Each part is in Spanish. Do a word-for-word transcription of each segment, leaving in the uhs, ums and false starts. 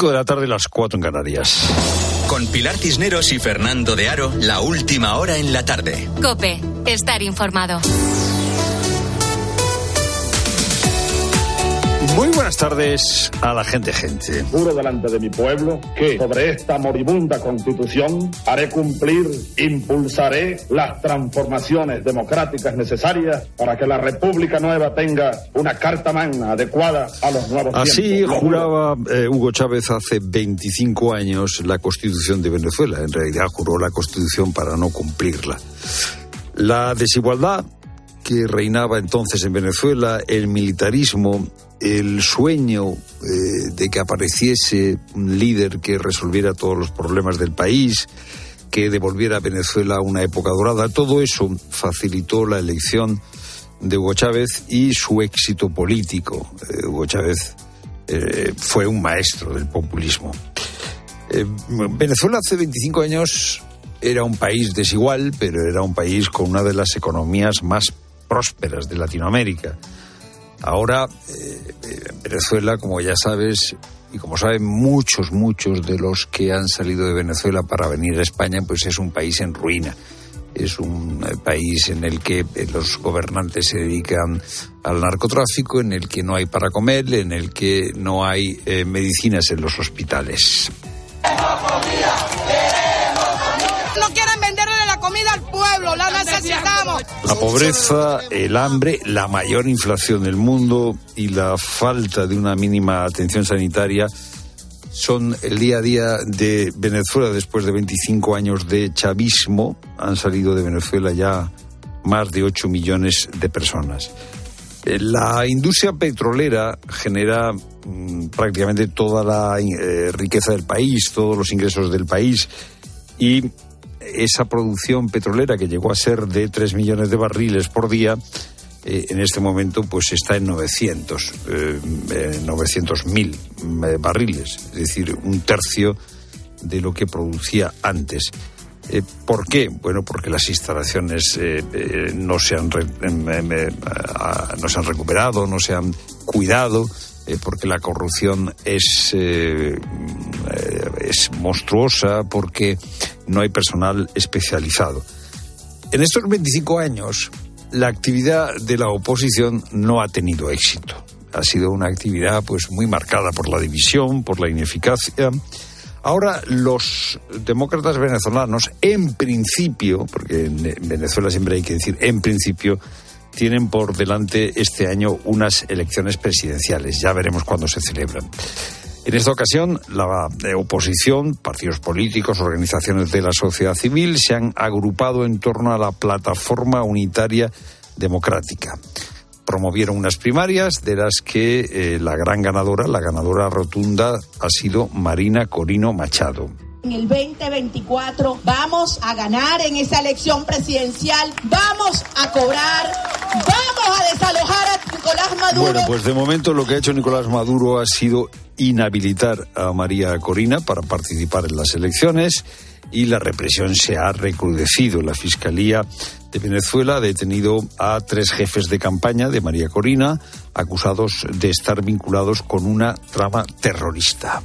cinco de la tarde, las cuatro en Canarias. Con Pilar Cisneros y Fernando de Aro, la última hora en la tarde. COPE, estar informado. Muy buenas tardes a la gente, gente. Juro delante de mi pueblo que sobre esta moribunda Constitución haré cumplir, impulsaré las transformaciones democráticas necesarias para que la República Nueva tenga una carta magna adecuada a los nuevos tiempos. Así juraba eh, Hugo Chávez hace veinticinco años la Constitución de Venezuela. En realidad juró la Constitución para no cumplirla. La desigualdad que reinaba entonces en Venezuela, el militarismo, el sueño eh, de que apareciese un líder que resolviera todos los problemas del país, que devolviera a Venezuela una época dorada, todo eso facilitó la elección de Hugo Chávez y su éxito político. Eh, Hugo Chávez eh, fue un maestro del populismo. Eh, Venezuela hace veinticinco años era un país desigual, pero era un país con una de las economías más prósperas de Latinoamérica. Ahora, eh, Venezuela, como ya sabes, y como saben muchos, muchos de los que han salido de Venezuela para venir a España, pues es un país en ruina. Es un eh, país en el que eh, los gobernantes se dedican al narcotráfico, en el que no hay para comer, en el que no hay eh, medicinas en los hospitales. No quieren venderle la comida al pueblo, la necesitamos. La pobreza, el hambre, la mayor inflación del mundo y la falta de una mínima atención sanitaria son el día a día de Venezuela después de veinticinco años de chavismo. Han salido de Venezuela ya más de ocho millones de personas. La industria petrolera genera mmm, prácticamente toda la eh, riqueza del país, todos los ingresos del país, y esa producción petrolera que llegó a ser de tres millones de barriles por día, eh, en este momento pues está en novecientos mil eh, barriles, es decir, un tercio de lo que producía antes. Eh, ¿Por qué? Bueno, porque las instalaciones eh, eh, no se han re, eh, eh, no se han recuperado, no se han cuidado, eh, porque la corrupción es eh, eh, es monstruosa, porque no hay personal especializado. En estos veinticinco años, la actividad de la oposición no ha tenido éxito. Ha sido una actividad pues muy marcada por la división, por la ineficacia. Ahora los demócratas venezolanos, en principio, porque en Venezuela siempre hay que decir en principio, tienen por delante este año unas elecciones presidenciales. Ya veremos cuándo se celebran. En esta ocasión, la oposición, partidos políticos, organizaciones de la sociedad civil se han agrupado en torno a la Plataforma Unitaria Democrática. Promovieron unas primarias de las que eh, la gran ganadora, la ganadora rotunda, ha sido Marina Corino Machado. En el veinte veinticuatro vamos a ganar en esa elección presidencial, vamos a cobrar, vamos a desalojar a Nicolás Maduro. Bueno, pues de momento lo que ha hecho Nicolás Maduro ha sido inhabilitar a María Corina para participar en las elecciones y la represión se ha recrudecido. La Fiscalía de Venezuela ha detenido a tres jefes de campaña de María Corina acusados de estar vinculados con una trama terrorista.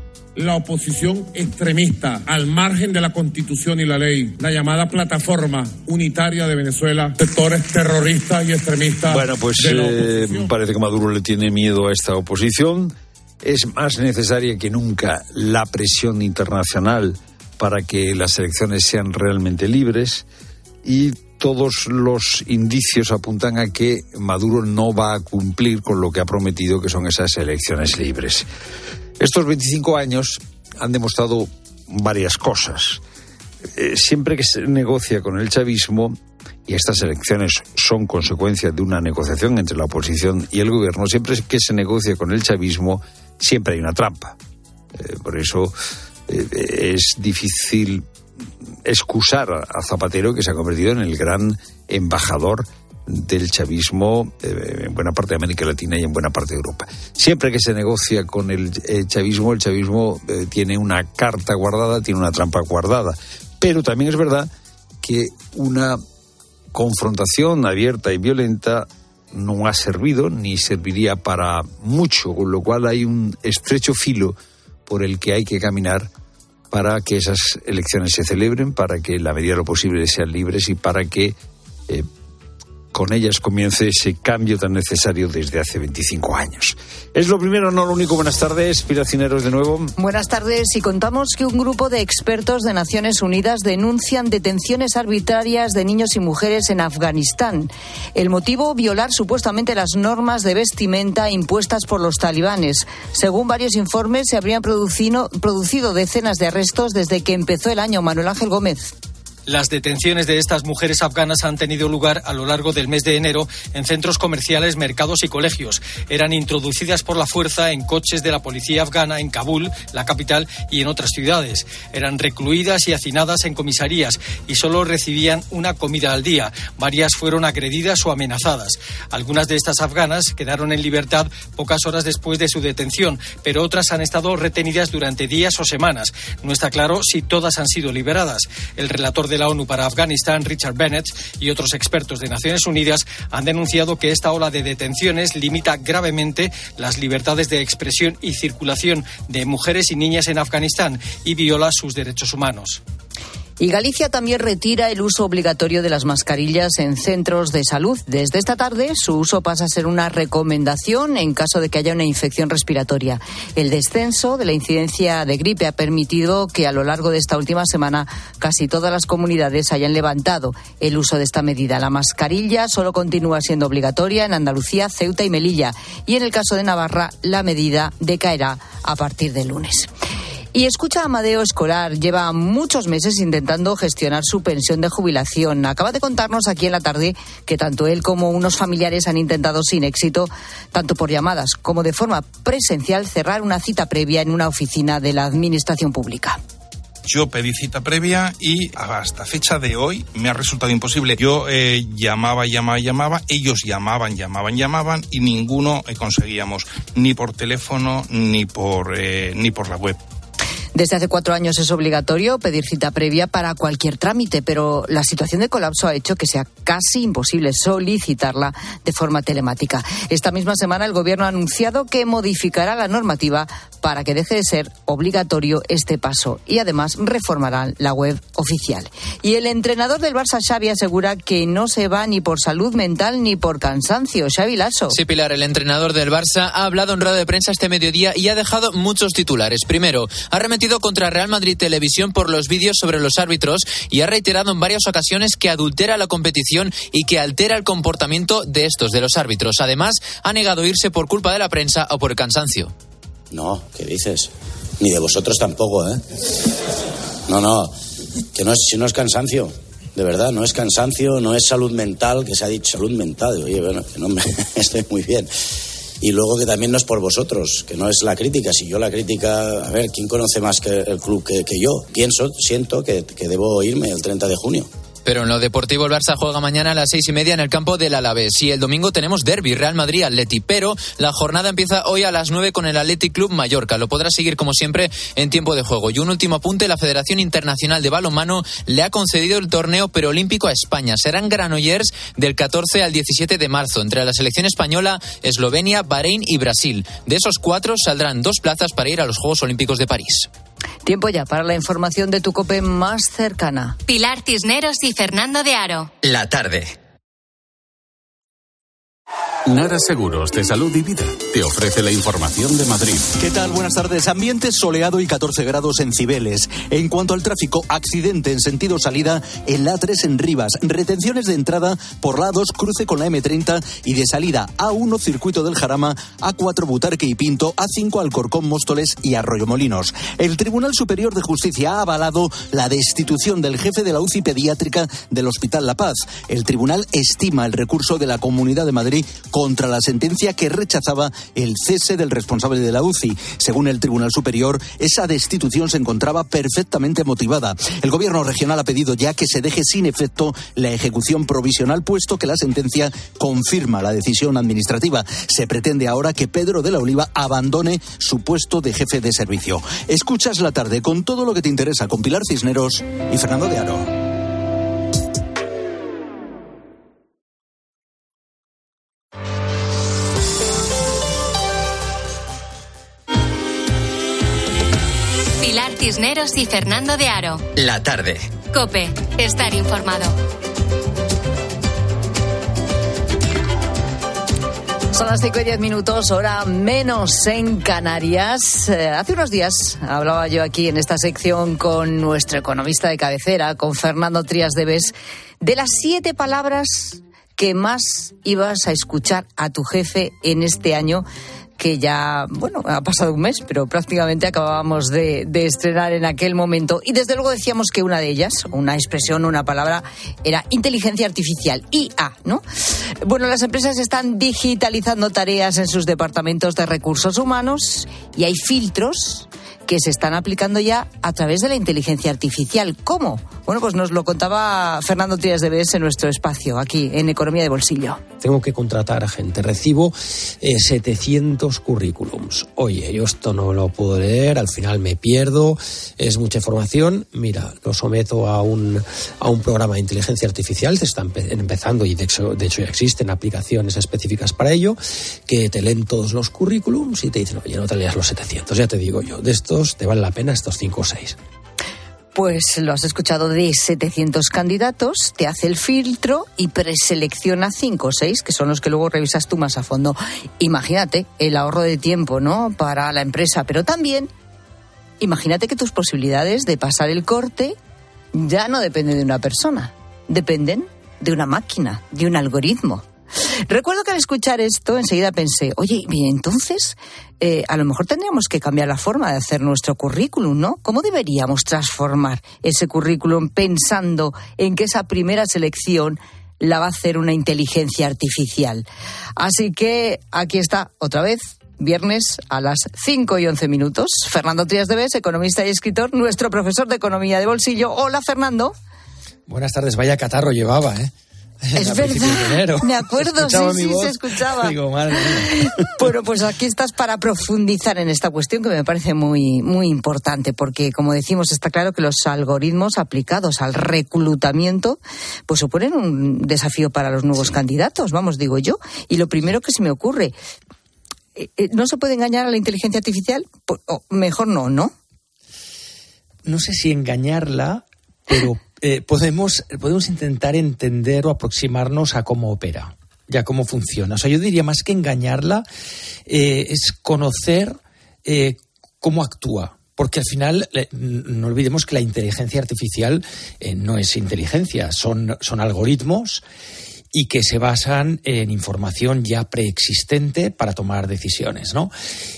La oposición extremista, al margen de la Constitución y la ley, la llamada Plataforma Unitaria de Venezuela, sectores terroristas y extremistas. Bueno, pues eh, parece que Maduro le tiene miedo a esta oposición. Es más necesaria que nunca la presión internacional para que las elecciones sean realmente libres, y todos los indicios apuntan a que Maduro no va a cumplir con lo que ha prometido, que son esas elecciones libres. Estos veinticinco años han demostrado varias cosas. Eh, siempre que se negocia con el chavismo, y estas elecciones son consecuencia de una negociación entre la oposición y el gobierno, siempre que se negocia con el chavismo, siempre hay una trampa. Eh, por eso eh, es difícil excusar a Zapatero, que se ha convertido en el gran embajador del chavismo eh, en buena parte de América Latina y en buena parte de Europa. Siempre que se negocia con el eh, chavismo, el chavismo eh, tiene una carta guardada, tiene una trampa guardada. Pero también es verdad que una confrontación abierta y violenta no ha servido ni serviría para mucho, con lo cual hay un estrecho filo por el que hay que caminar para que esas elecciones se celebren, para que en la medida de lo posible sean libres y para que eh, con ellas comience ese cambio tan necesario desde hace veinticinco años. Es lo primero, no lo único. Buenas tardes, Pilar Cisneros de nuevo. Buenas tardes, y contamos que un grupo de expertos de Naciones Unidas denuncian detenciones arbitrarias de niños y mujeres en Afganistán. El motivo, violar supuestamente las normas de vestimenta impuestas por los talibanes. Según varios informes, se habrían producido, producido decenas de arrestos desde que empezó el año. Manuel Ángel Gómez. Las detenciones de estas mujeres afganas han tenido lugar a lo largo del mes de enero en centros comerciales, mercados y colegios. Eran introducidas por la fuerza en coches de la policía afgana en Kabul, la capital, y en otras ciudades. Eran recluidas y hacinadas en comisarías y solo recibían una comida al día. Varias fueron agredidas o amenazadas. Algunas de estas afganas quedaron en libertad pocas horas después de su detención, pero otras han estado retenidas durante días o semanas. No está claro si todas han sido liberadas. El relator de la ONU para Afganistán, Richard Bennett, y otros expertos de Naciones Unidas han denunciado que esta ola de detenciones limita gravemente las libertades de expresión y circulación de mujeres y niñas en Afganistán y viola sus derechos humanos. Y Galicia también retira el uso obligatorio de las mascarillas en centros de salud. Desde esta tarde, su uso pasa a ser una recomendación en caso de que haya una infección respiratoria. El descenso de la incidencia de gripe ha permitido que a lo largo de esta última semana casi todas las comunidades hayan levantado el uso de esta medida. La mascarilla solo continúa siendo obligatoria en Andalucía, Ceuta y Melilla. Y en el caso de Navarra, la medida decaerá a partir del lunes. Y escucha a Amadeo Escolar, lleva muchos meses intentando gestionar su pensión de jubilación. Acaba de contarnos aquí en la tarde que tanto él como unos familiares han intentado sin éxito, tanto por llamadas como de forma presencial, cerrar una cita previa en una oficina de la Administración Pública. Yo pedí cita previa y hasta fecha de hoy me ha resultado imposible. Yo eh, llamaba, llamaba, llamaba, ellos llamaban, llamaban, llamaban y ninguno eh, conseguíamos, ni por teléfono ni por, eh, ni por la web. Desde hace cuatro años es obligatorio pedir cita previa para cualquier trámite, pero la situación de colapso ha hecho que sea casi imposible solicitarla de forma telemática. Esta misma semana el Gobierno ha anunciado que modificará la normativa para que deje de ser obligatorio este paso y además reformarán la web oficial. Y el entrenador del Barça, Xavi, asegura que no se va ni por salud mental ni por cansancio. Xavi Lasso. Sí, Pilar, el entrenador del Barça ha hablado en rueda de prensa este mediodía y ha dejado muchos titulares. Primero, ha remetido contra Real Madrid Televisión por los vídeos sobre los árbitros y ha reiterado en varias ocasiones que adultera la competición y que altera el comportamiento de estos, de los árbitros. Además, ha negado irse por culpa de la prensa o por el cansancio. No, ¿qué dices? Ni de vosotros tampoco, ¿eh? No, no, que no es, si no es cansancio, de verdad, no es cansancio, no es salud mental, que se ha dicho salud mental. Oye, bueno, que no me estoy muy bien. Y luego que también no es por vosotros, que no es la crítica. Si yo la crítica, a ver, ¿quién conoce más que el club que, que yo? Pienso, siento que, que debo irme el treinta de junio. Pero en lo deportivo el Barça juega mañana a las seis y media en el campo del Alavés. Y el domingo tenemos derbi, Real Madrid-Atleti. Pero la jornada empieza hoy a las nueve con el Athletic Club Mallorca. Lo podrá seguir como siempre en tiempo de juego. Y un último apunte, la Federación Internacional de Balonmano le ha concedido el torneo preolímpico a España. Serán Granollers del catorce al diecisiete de marzo entre la selección española, Eslovenia, Bahrein y Brasil. De esos cuatro saldrán dos plazas para ir a los Juegos Olímpicos de París. Tiempo ya para la información de tu COPE más cercana. Pilar Cisneros y Fernando de Aro. La tarde. Nara Seguros de Salud y Vida te ofrece la información de Madrid. ¿Qué tal? Buenas tardes. Ambiente soleado y catorce grados en Cibeles. En cuanto al tráfico, accidente en sentido salida en la A tres en Rivas. Retenciones de entrada por la A dos, cruce con la eme treinta y de salida A uno, circuito del Jarama, A cuatro, Butarque y Pinto, A cinco, Alcorcón, Móstoles y Arroyomolinos. El Tribunal Superior de Justicia ha avalado la destitución del jefe de la U C I pediátrica del Hospital La Paz. El tribunal estima el recurso de la Comunidad de Madrid contra la sentencia que rechazaba el cese del responsable de la U C I. Según el Tribunal Superior, esa destitución se encontraba perfectamente motivada. El Gobierno regional ha pedido ya que se deje sin efecto la ejecución provisional, puesto que la sentencia confirma la decisión administrativa. Se pretende ahora que Pedro de la Oliva abandone su puesto de jefe de servicio. Escuchas La Tarde con todo lo que te interesa con Pilar Cisneros y Fernando de Aro. Pilar Cisneros y Fernando de Aro. La tarde. COPE. Estar informado. Son las cinco y diez minutos, hora menos en Canarias. Eh, hace unos días hablaba yo aquí en esta sección con nuestro economista de cabecera, con Fernando Trías de Bes, de las siete palabras que más ibas a escuchar a tu jefe en este año, que ya, bueno, ha pasado un mes, pero prácticamente acabábamos de, de estrenar en aquel momento. Y desde luego decíamos que una de ellas, una expresión, una palabra, era inteligencia artificial, I A, ¿no? Bueno, las empresas están digitalizando tareas en sus departamentos de recursos humanos y hay filtros que se están aplicando ya a través de la inteligencia artificial. ¿Cómo? Bueno, pues nos lo contaba Fernando Trías de Bes en nuestro espacio, aquí en Economía de Bolsillo. Tengo que contratar a gente. Recibo eh, setecientos currículums. Oye, yo esto no lo puedo leer, al final me pierdo, es mucha información. Mira, lo someto a un, a un programa de inteligencia artificial, se están empezando y de hecho, de hecho ya existen aplicaciones específicas para ello, que te leen todos los currículums y te dicen, oye, no te leas los setecientos, ya te digo yo, de estos te vale la pena estos cinco o seis. Pues lo has escuchado, de setecientos candidatos, te hace el filtro y preselecciona cinco o seis, que son los que luego revisas tú más a fondo. Imagínate el ahorro de tiempo, ¿no?, para la empresa, pero también imagínate que tus posibilidades de pasar el corte ya no dependen de una persona, dependen de una máquina, de un algoritmo. Recuerdo que al escuchar esto enseguida pensé, oye, y entonces eh, a lo mejor tendríamos que cambiar la forma de hacer nuestro currículum, ¿no? ¿Cómo deberíamos transformar ese currículum pensando en que esa primera selección la va a hacer una inteligencia artificial? Así que aquí está, otra vez, viernes a las cinco y once minutos. Fernando Trías de Bes, economista y escritor, nuestro profesor de Economía de Bolsillo. Hola, Fernando. Buenas tardes, vaya catarro llevaba, ¿eh? Es verdad, me acuerdo, sí, sí, voz? se escuchaba. Digo, madre mía. Bueno, pues aquí estás para profundizar en esta cuestión que me parece muy, muy importante, porque, como decimos, está claro que los algoritmos aplicados al reclutamiento pues suponen un desafío para los nuevos sí. candidatos, vamos, digo yo. Y lo primero que se me ocurre, ¿no se puede engañar a la inteligencia artificial? O mejor no, ¿no? No sé si engañarla, pero Eh, podemos, podemos intentar entender o aproximarnos a cómo opera y a cómo funciona. O sea, yo diría, más que engañarla, eh, es conocer eh, cómo actúa. Porque al final, eh, no olvidemos que la inteligencia artificial eh, no es inteligencia, son, son algoritmos y que se basan en información ya preexistente para tomar decisiones, ¿no?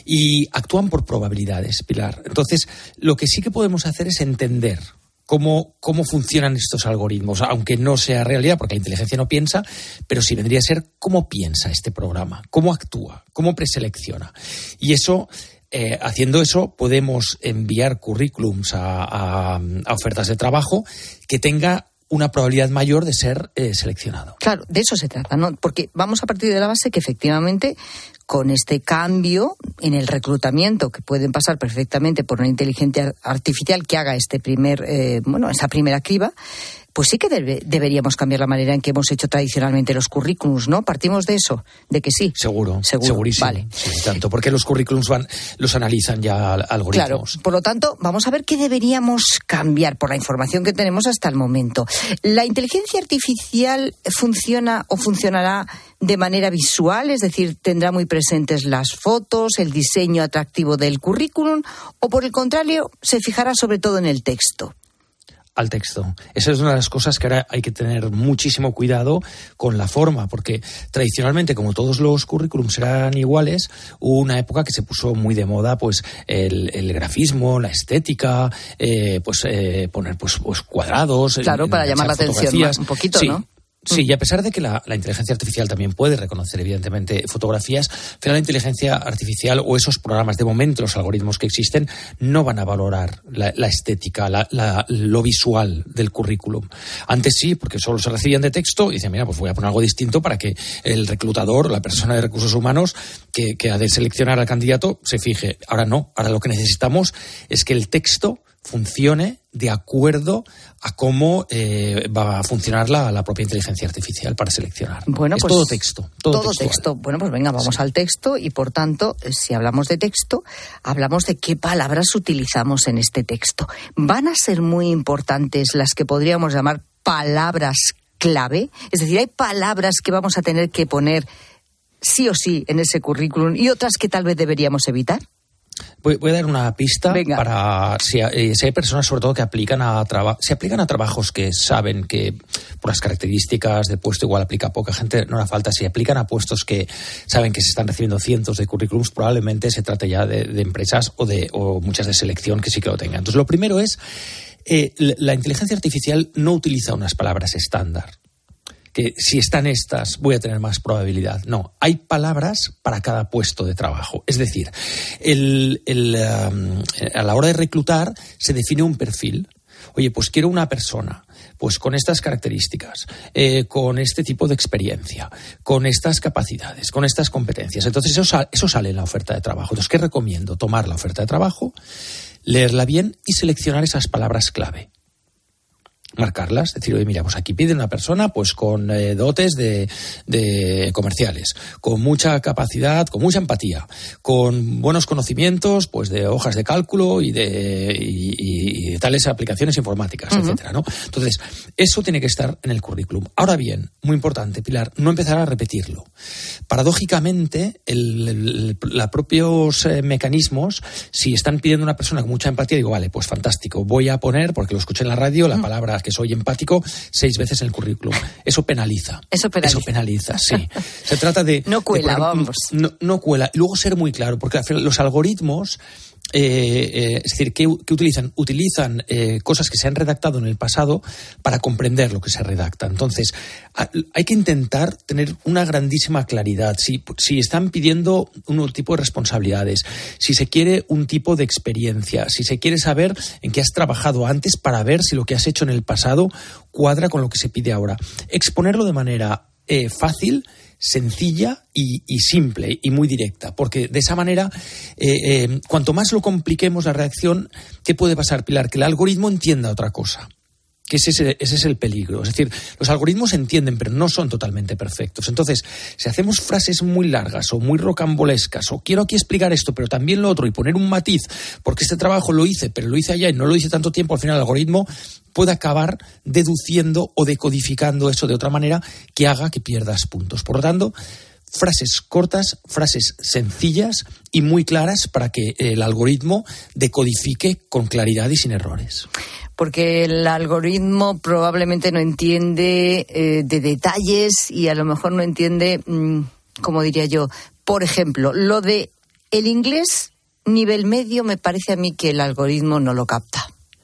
Y actúan por probabilidades, Pilar. Entonces, lo que sí que podemos hacer es entender Cómo, cómo funcionan estos algoritmos, aunque no sea realidad, porque la inteligencia no piensa, pero sí vendría a ser cómo piensa este programa, cómo actúa, cómo preselecciona. Y eso, eh, haciendo eso, podemos enviar currículums a, a, a ofertas de trabajo que tenga una probabilidad mayor de ser eh, seleccionado. Claro, de eso se trata, ¿no? Porque vamos a partir de la base que efectivamente con este cambio en el reclutamiento, que pueden pasar perfectamente por una inteligencia artificial que haga este primer, eh, bueno, esa primera criba, pues sí que debe, deberíamos cambiar la manera en que hemos hecho tradicionalmente los currículums, ¿no? Partimos de eso, de que sí. Seguro, Seguro. segurísimo. Vale. Sí, tanto, porque los currículums van, los analizan ya algoritmos. Claro, por lo tanto, vamos a ver qué deberíamos cambiar por la información que tenemos hasta el momento. ¿La inteligencia artificial funciona o funcionará de manera visual? Es decir, ¿tendrá muy presentes las fotos, el diseño atractivo del currículum? ¿O por el contrario, se fijará sobre todo en el texto? Al texto. Esa es una de las cosas que ahora hay que tener muchísimo cuidado con la forma, porque tradicionalmente, como todos los currículums eran iguales, hubo una época que se puso muy de moda pues el, el grafismo, la estética, eh, pues eh, poner pues, pues cuadrados. Claro, en, para en llamar la atención más, un poquito, sí. ¿no? Sí, y a pesar de que la, la inteligencia artificial también puede reconocer, evidentemente, fotografías, pero la inteligencia artificial o esos programas, de momento, los algoritmos que existen, no van a valorar la, la estética, la, la, lo visual del currículum. Antes sí, porque solo se recibían de texto, y dicen, mira, pues voy a poner algo distinto para que el reclutador, la persona de recursos humanos, que, que ha de seleccionar al candidato, se fije. Ahora no, ahora lo que necesitamos es que el texto funcione de acuerdo a cómo eh, va a funcionar la, la propia inteligencia artificial para seleccionar. Bueno, es pues, todo texto. Todo, todo texto. Bueno, pues venga, vamos sí. al texto y, por tanto, si hablamos de texto, hablamos de qué palabras utilizamos en este texto. ¿Van a ser muy importantes las que podríamos llamar palabras clave? Es decir, hay palabras que vamos a tener que poner sí o sí en ese currículum y otras que tal vez deberíamos evitar. Voy, voy a dar una pista. Venga. Para si, eh, si hay personas, sobre todo, que aplican a traba, se aplican a trabajos que saben que por las características del puesto igual aplica a poca gente, no hará falta. Si aplican a puestos que saben que se están recibiendo cientos de currículums, probablemente se trate ya de, de empresas o de o muchas de selección que sí que lo tengan. Entonces, lo primero es eh, la inteligencia artificial no utiliza unas palabras estándar. Que si están estas voy a tener más probabilidad. No, hay palabras para cada puesto de trabajo. Es decir, el, el, um, a la hora de reclutar se define un perfil. Oye, pues quiero una persona pues con estas características, eh, con este tipo de experiencia, con estas capacidades, con estas competencias. Entonces eso, sal, eso sale en la oferta de trabajo. Entonces, ¿qué recomiendo? Tomar la oferta de trabajo, leerla bien y seleccionar esas palabras clave. Marcarlas, decir, oye, mira, pues aquí pide una persona pues con eh, dotes de, de comerciales, con mucha capacidad, con mucha empatía, con buenos conocimientos pues de hojas de cálculo y de, y, y, y de tales aplicaciones informáticas, uh-huh. etcétera, ¿no? Entonces, eso tiene que estar en el currículum. Ahora bien, muy importante, Pilar, no empezar a repetirlo. Paradójicamente, el, el, los propios eh, mecanismos, si están pidiendo una persona con mucha empatía, digo, vale, pues fantástico, voy a poner, porque lo escuché en la radio, la uh-huh. palabra que soy empático seis veces en el currículum. Eso penaliza. Eso penaliza. Eso penaliza, sí. Se trata de... No cuela, de, vamos. No, no cuela. Y luego ser muy claro, porque al final los algoritmos... Eh, eh, es decir, ¿qué, qué utilizan? Utilizan eh, cosas que se han redactado en el pasado para comprender lo que se redacta. Entonces, a, hay que intentar tener una grandísima claridad. Si, si están pidiendo un tipo de responsabilidades, si se quiere un tipo de experiencia, si se quiere saber en qué has trabajado antes para ver si lo que has hecho en el pasado cuadra con lo que se pide ahora. Exponerlo de manera eh, fácil, sencilla y, y simple y muy directa, porque de esa manera, eh, eh, cuanto más lo compliquemos la redacción, ¿qué puede pasar, Pilar? Que el algoritmo entienda otra cosa. Que ese, ese, ese es el peligro. Es decir, los algoritmos entienden, pero no son totalmente perfectos. Entonces, si hacemos frases muy largas o muy rocambolescas, o quiero aquí explicar esto, pero también lo otro, y poner un matiz, porque este trabajo lo hice, pero lo hice allá y no lo hice tanto tiempo, al final el algoritmo puede acabar deduciendo o decodificando eso de otra manera que haga que pierdas puntos. Por lo tanto, frases cortas, frases sencillas y muy claras para que el algoritmo decodifique con claridad y sin errores. Porque el algoritmo probablemente no entiende eh, de detalles y a lo mejor no entiende, mmm, como diría yo, por ejemplo, lo de el inglés nivel medio me parece a mí que el algoritmo no lo capta.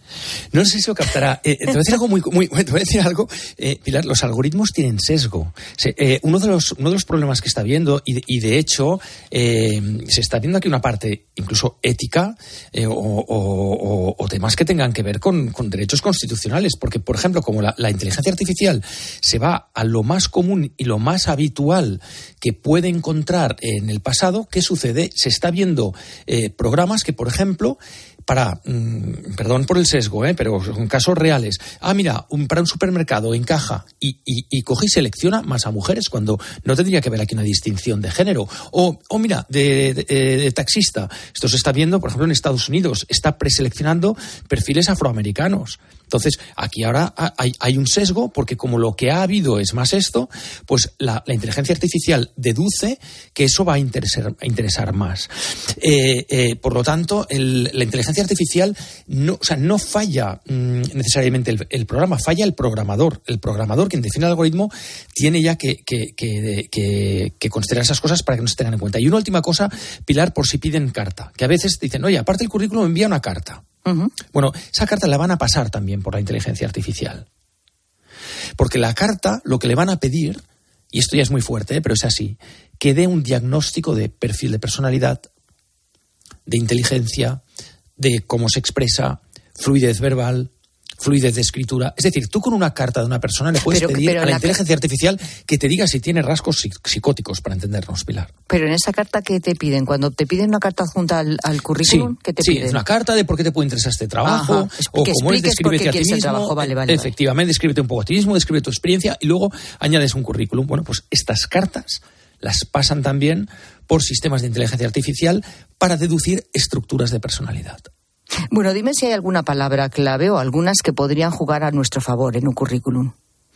No sé si lo captará. Eh, te voy a decir algo muy, muy te voy a decir algo, eh, Pilar. Los algoritmos tienen sesgo. Se, eh, uno de los uno de los problemas que está viendo y de, y de hecho eh, se está viendo aquí una parte incluso ética eh, o, o, o, o temas que tengan que ver con, con derechos constitucionales, porque por ejemplo como la, la inteligencia artificial se va a lo más común y lo más habitual que puede encontrar en el pasado, ¿qué sucede? Se está viendo eh, programas que por ejemplo para, mmm, perdón por el sesgo, ¿eh? pero son casos reales. Ah, mira, un, para un supermercado encaja y, y, y coge y selecciona más a mujeres cuando no tendría que haber aquí una distinción de género. O, o mira, de, de, de taxista. Esto se está viendo, por ejemplo, en Estados Unidos. Está preseleccionando perfiles afroamericanos. Entonces, aquí ahora hay, hay un sesgo porque como lo que ha habido es más esto, pues la, la inteligencia artificial deduce que eso va a interesar, a interesar más. Eh, eh, por lo tanto, el, la inteligencia artificial no, o sea, no falla mmm, necesariamente el, el programa, falla el programador. El programador, quien define el algoritmo, tiene ya que, que, que, que, que considerar esas cosas para que no se tengan en cuenta. Y una última cosa, Pilar, por si piden carta, que a veces dicen, oye, aparte del currículum envía una carta. Uh-huh. Bueno, esa carta la van a pasar también por la inteligencia artificial. Porque la carta, lo que le van a pedir, y esto ya es muy fuerte, ¿eh? pero es así, que dé un diagnóstico de perfil de personalidad, de inteligencia, de cómo se expresa, fluidez verbal, fluidez de escritura. Es decir, tú con una carta de una persona le puedes pero, pedir pero a la, la inteligencia artificial que te diga si tiene rasgos psicóticos, para entendernos, Pilar. Pero en esa carta, ¿qué te piden? Cuando te piden una carta adjunta al, al currículum, sí, ¿qué te sí, piden? es una carta de por qué te puede interesar este trabajo, Ajá. o que cómo es, descríbete a ti mismo. Trabajo. Vale, vale, Efectivamente, vale. descríbete un poco a ti mismo, describe tu experiencia y luego añades un currículum. Bueno, pues estas cartas las pasan también por sistemas de inteligencia artificial para deducir estructuras de personalidad. Bueno, dime si hay alguna palabra clave o algunas que podrían jugar a nuestro favor en un currículum.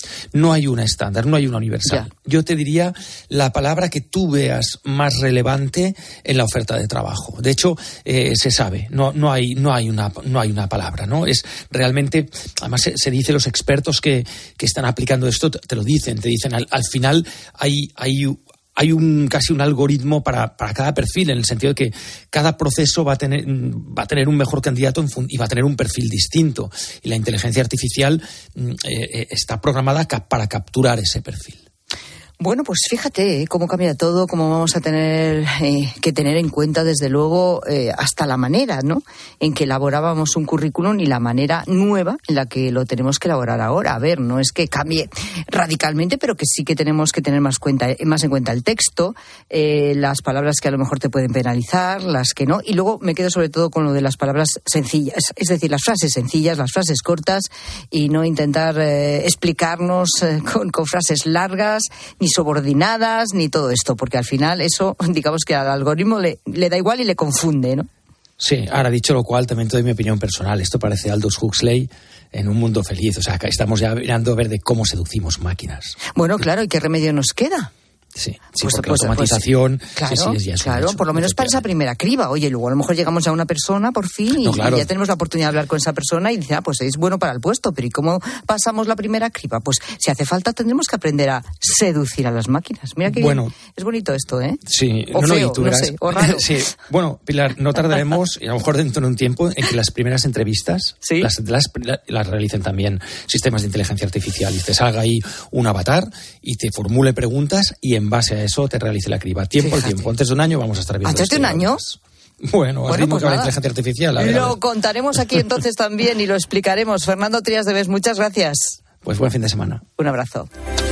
No hay una estándar, no hay una universal. Ya. Yo te diría la palabra que tú veas más relevante en la oferta de trabajo. De hecho, eh, se sabe, no, no, hay, no, hay una, no hay una palabra, ¿no? Es realmente, además se, se dice, los expertos que, que están aplicando esto te, te lo dicen, te dicen al, al final hay... hay Hay un casi un algoritmo para, para cada perfil, en el sentido de que cada proceso va a tener, va a tener un mejor candidato en fun- y va a tener un perfil distinto. Y la inteligencia artificial eh, está programada ca- para capturar ese perfil. Bueno, pues fíjate ¿eh? cómo cambia todo, cómo vamos a tener eh, que tener en cuenta, desde luego, eh, hasta la manera, ¿no?, en que elaborábamos un currículum y la manera nueva en la que lo tenemos que elaborar ahora. A ver, no es que cambie radicalmente, pero que sí que tenemos que tener más, cuenta, más en cuenta el texto, eh, las palabras que a lo mejor te pueden penalizar, las que no. Y luego me quedo sobre todo con lo de las palabras sencillas, es decir, las frases sencillas, las frases cortas, y no intentar eh, explicarnos eh, con, con frases largas, ni subordinadas, ni todo esto, porque al final eso, digamos que al algoritmo le, le da igual y le confunde, ¿no? Sí, ahora dicho lo cual, también te doy mi opinión personal. Esto parece Aldous Huxley en Un mundo feliz. O sea, acá estamos ya mirando a ver de cómo seducimos máquinas. Bueno, claro, ¿y qué remedio nos queda? Sí, sí, pues, porque pues, la automatización... Pues, claro, sí, sí, ya es claro, hecho, por lo menos para esa primera criba. Oye, luego a lo mejor llegamos a una persona por fin y, no, claro. y ya tenemos la oportunidad de hablar con esa persona y dice, ah, pues es bueno para el puesto, pero ¿y cómo pasamos la primera criba? Pues si hace falta tendremos que aprender a seducir a las máquinas. Mira que bueno, bien. Es bonito esto, ¿eh? Sí, o no, feo, no, y tú verás, no sé, o raro. Sí, bueno, Pilar, no tardaremos, y a lo mejor dentro de un tiempo, en que las primeras entrevistas ¿sí? las, las, las realicen también sistemas de inteligencia artificial y te salga ahí un avatar y te formule preguntas y en base a eso te realice la criba. Tiempo al tiempo. Antes de un año vamos a estar viendo. ¿Antes de un año? Bueno, bueno, así pues que la inteligencia artificial. A ver, lo a ver. contaremos aquí entonces también y lo explicaremos. Fernando Trías de Bes, muchas gracias. Pues buen fin de semana. Un abrazo.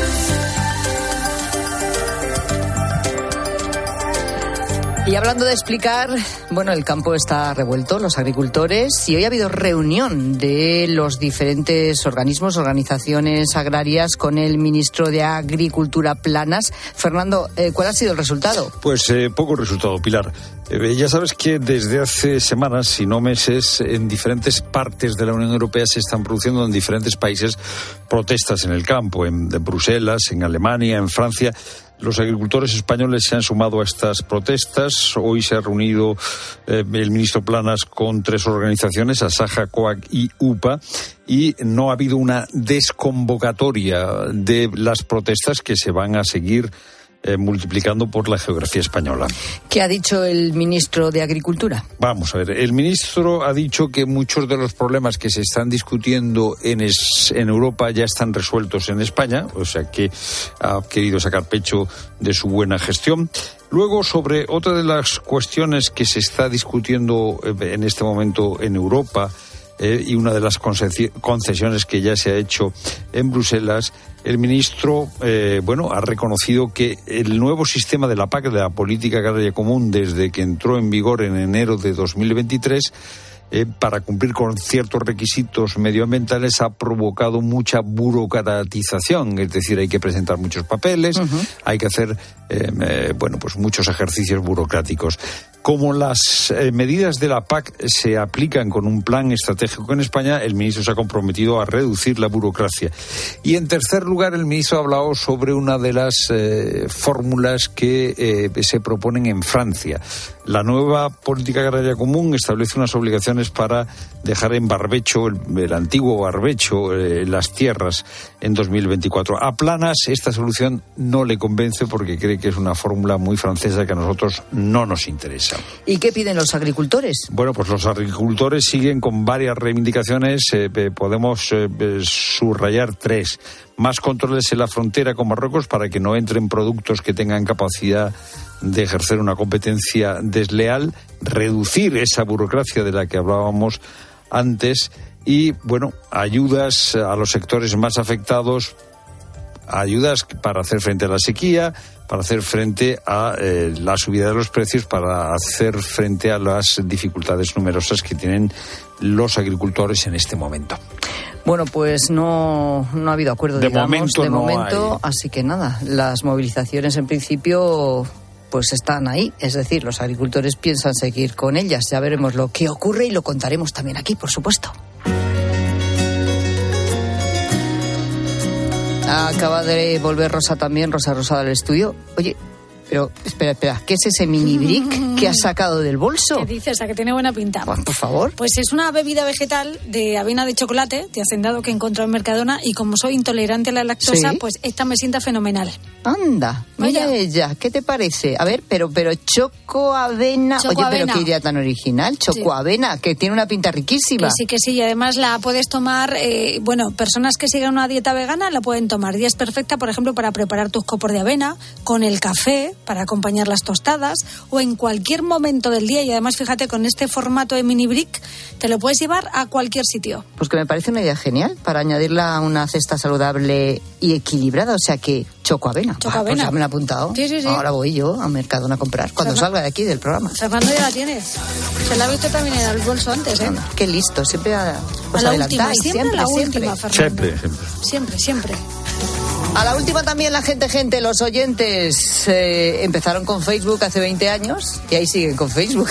Y hablando de explicar, bueno, el campo está revuelto, los agricultores, y hoy ha habido reunión de los diferentes organismos, organizaciones agrarias con el ministro de Agricultura, Planas. Fernando, eh, ¿cuál ha sido el resultado? Pues eh, poco resultado, Pilar. Eh, ya sabes que desde hace semanas, si no meses, en diferentes partes de la Unión Europea se están produciendo en diferentes países protestas en el campo, en, en Bruselas, en Alemania, en Francia. Los agricultores españoles se han sumado a estas protestas. Hoy se ha reunido eh, el ministro Planas con tres organizaciones, Asaja, COAG y UPA, y no ha habido una desconvocatoria de las protestas que se van a seguir Eh, multiplicando por la geografía española. ¿Qué ha dicho el ministro de Agricultura? Vamos a ver, el ministro ha dicho que muchos de los problemas que se están discutiendo en, es, en Europa ya están resueltos en España, o sea que ha querido sacar pecho de su buena gestión. Luego, sobre otra de las cuestiones que se está discutiendo en este momento en Europa, Eh, y una de las concesiones que ya se ha hecho en Bruselas, el ministro eh, bueno, ha reconocido que el nuevo sistema de la P A C, de la Política Agraria Común, desde que entró en vigor en enero de dos mil veintitrés, Eh, para cumplir con ciertos requisitos medioambientales, ha provocado mucha burocratización, es decir, hay que presentar muchos papeles, uh-huh. hay que hacer eh, eh, bueno, pues muchos ejercicios burocráticos. Como las eh, medidas de la P A C se aplican con un plan estratégico en España, el ministro se ha comprometido a reducir la burocracia. Y en tercer lugar, el ministro ha hablado sobre una de las eh, fórmulas que eh, se proponen en Francia. La nueva Política Agraria Común establece unas obligaciones para dejar en barbecho, el, el antiguo barbecho, eh, las tierras en dos mil veinticuatro. A Planas esta solución no le convence porque cree que es una fórmula muy francesa que a nosotros no nos interesa. ¿Y qué piden los agricultores? Bueno, pues los agricultores siguen con varias reivindicaciones, eh, eh, podemos eh, eh, subrayar tres. Más controles en la frontera con Marruecos para que no entren productos que tengan capacidad de ejercer una competencia desleal, reducir esa burocracia de la que hablábamos antes y, bueno, ayudas a los sectores más afectados, ayudas para hacer frente a la sequía, para hacer frente a eh, la subida de los precios, para hacer frente a las dificultades numerosas que tienen los agricultores en este momento. Bueno, pues no, no ha habido acuerdo, de digamos, momento de no momento, hay. Así que nada, las movilizaciones en principio pues están ahí, es decir, los agricultores piensan seguir con ellas. Ya veremos lo que ocurre y lo contaremos también aquí, por supuesto. Acaba de volver Rosa también, Rosa Rosada al estudio. Oye, pero espera, espera, ¿qué es ese mini brick que has sacado del bolso? ¿Qué dices? ¿A que tiene buena pinta? Pues, por favor. Pues es una bebida vegetal de avena de chocolate, de hacendado, que encontré en Mercadona, y como soy intolerante a la lactosa, ¿Sí? pues esta me sienta fenomenal. Anda, mira Vaya. ella, ¿qué te parece? A ver, pero pero choco avena, Choco oye, avena. pero qué idea tan original, choco Sí. avena, que tiene una pinta riquísima. Que sí, que sí, y además la puedes tomar, eh, bueno, personas que sigan una dieta vegana la pueden tomar, y es perfecta, por ejemplo, para preparar tus copos de avena, con el café, para acompañar las tostadas, o en cualquier momento del día, y además, fíjate, con este formato de mini brick, te lo puedes llevar a cualquier sitio. Pues que me parece una idea genial para añadirla a una cesta saludable y equilibrada, o sea que choco avena. Choco Ah, pues avena. ya me lo he apuntado. Sí, sí, sí. Ahora voy yo a Mercadona a comprar, cuando Fernan- salga de aquí del programa. Fernando ya la tienes. Se la ha visto también en el bolso antes, ¿eh? Qué listo, siempre a, pues a la adelantáis, última, siempre, siempre, la siempre. última, Fernando. Siempre, siempre. Siempre, siempre. A la última también la gente, gente, los oyentes eh, empezaron con Facebook hace veinte años y ahí siguen con Facebook.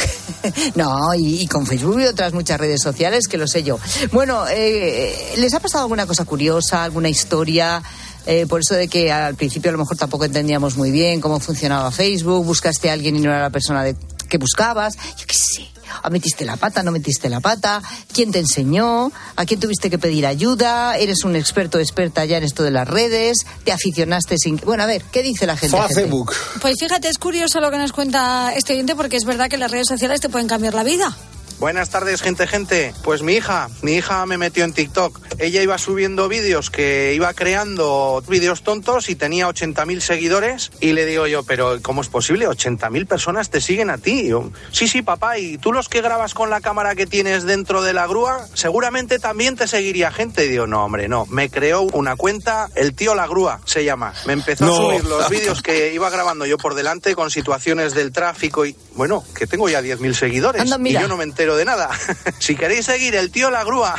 No, y, y con Facebook y otras muchas redes sociales, que lo sé yo. Bueno, eh, ¿les ha pasado alguna cosa curiosa, alguna historia? Eh, por eso de que al principio a lo mejor tampoco entendíamos muy bien cómo funcionaba Facebook, buscaste a alguien y no era la persona de, que buscabas, yo qué sé. ¿O metiste la pata, no metiste la pata? ¿Quién te enseñó? ¿A quién tuviste que pedir ayuda? ¿Eres un experto o experta ya en esto de las redes? ¿Te aficionaste sin...? Bueno, a ver, ¿qué dice la gente? Facebook. Pues fíjate, es curioso lo que nos cuenta este oyente, porque es verdad que las redes sociales te pueden cambiar la vida. Buenas tardes, gente, gente. Pues mi hija, mi hija me metió en TikTok. Ella iba subiendo vídeos, que iba creando vídeos tontos y tenía ochenta mil seguidores. Y le digo yo, pero ¿cómo es posible? ochenta mil personas te siguen a ti. Y yo, sí, sí, papá, ¿y tú los que grabas con la cámara que tienes dentro de la grúa? Seguramente también te seguiría gente. Y digo, no, hombre, no. Me creó una cuenta, el tío La Grúa se llama. Me empezó No. a subir los vídeos que iba grabando yo por delante con situaciones del tráfico y, bueno, que tengo ya diez mil seguidores. Anda, mira. Y yo no me entero de nada. Si queréis seguir, el tío La Grúa.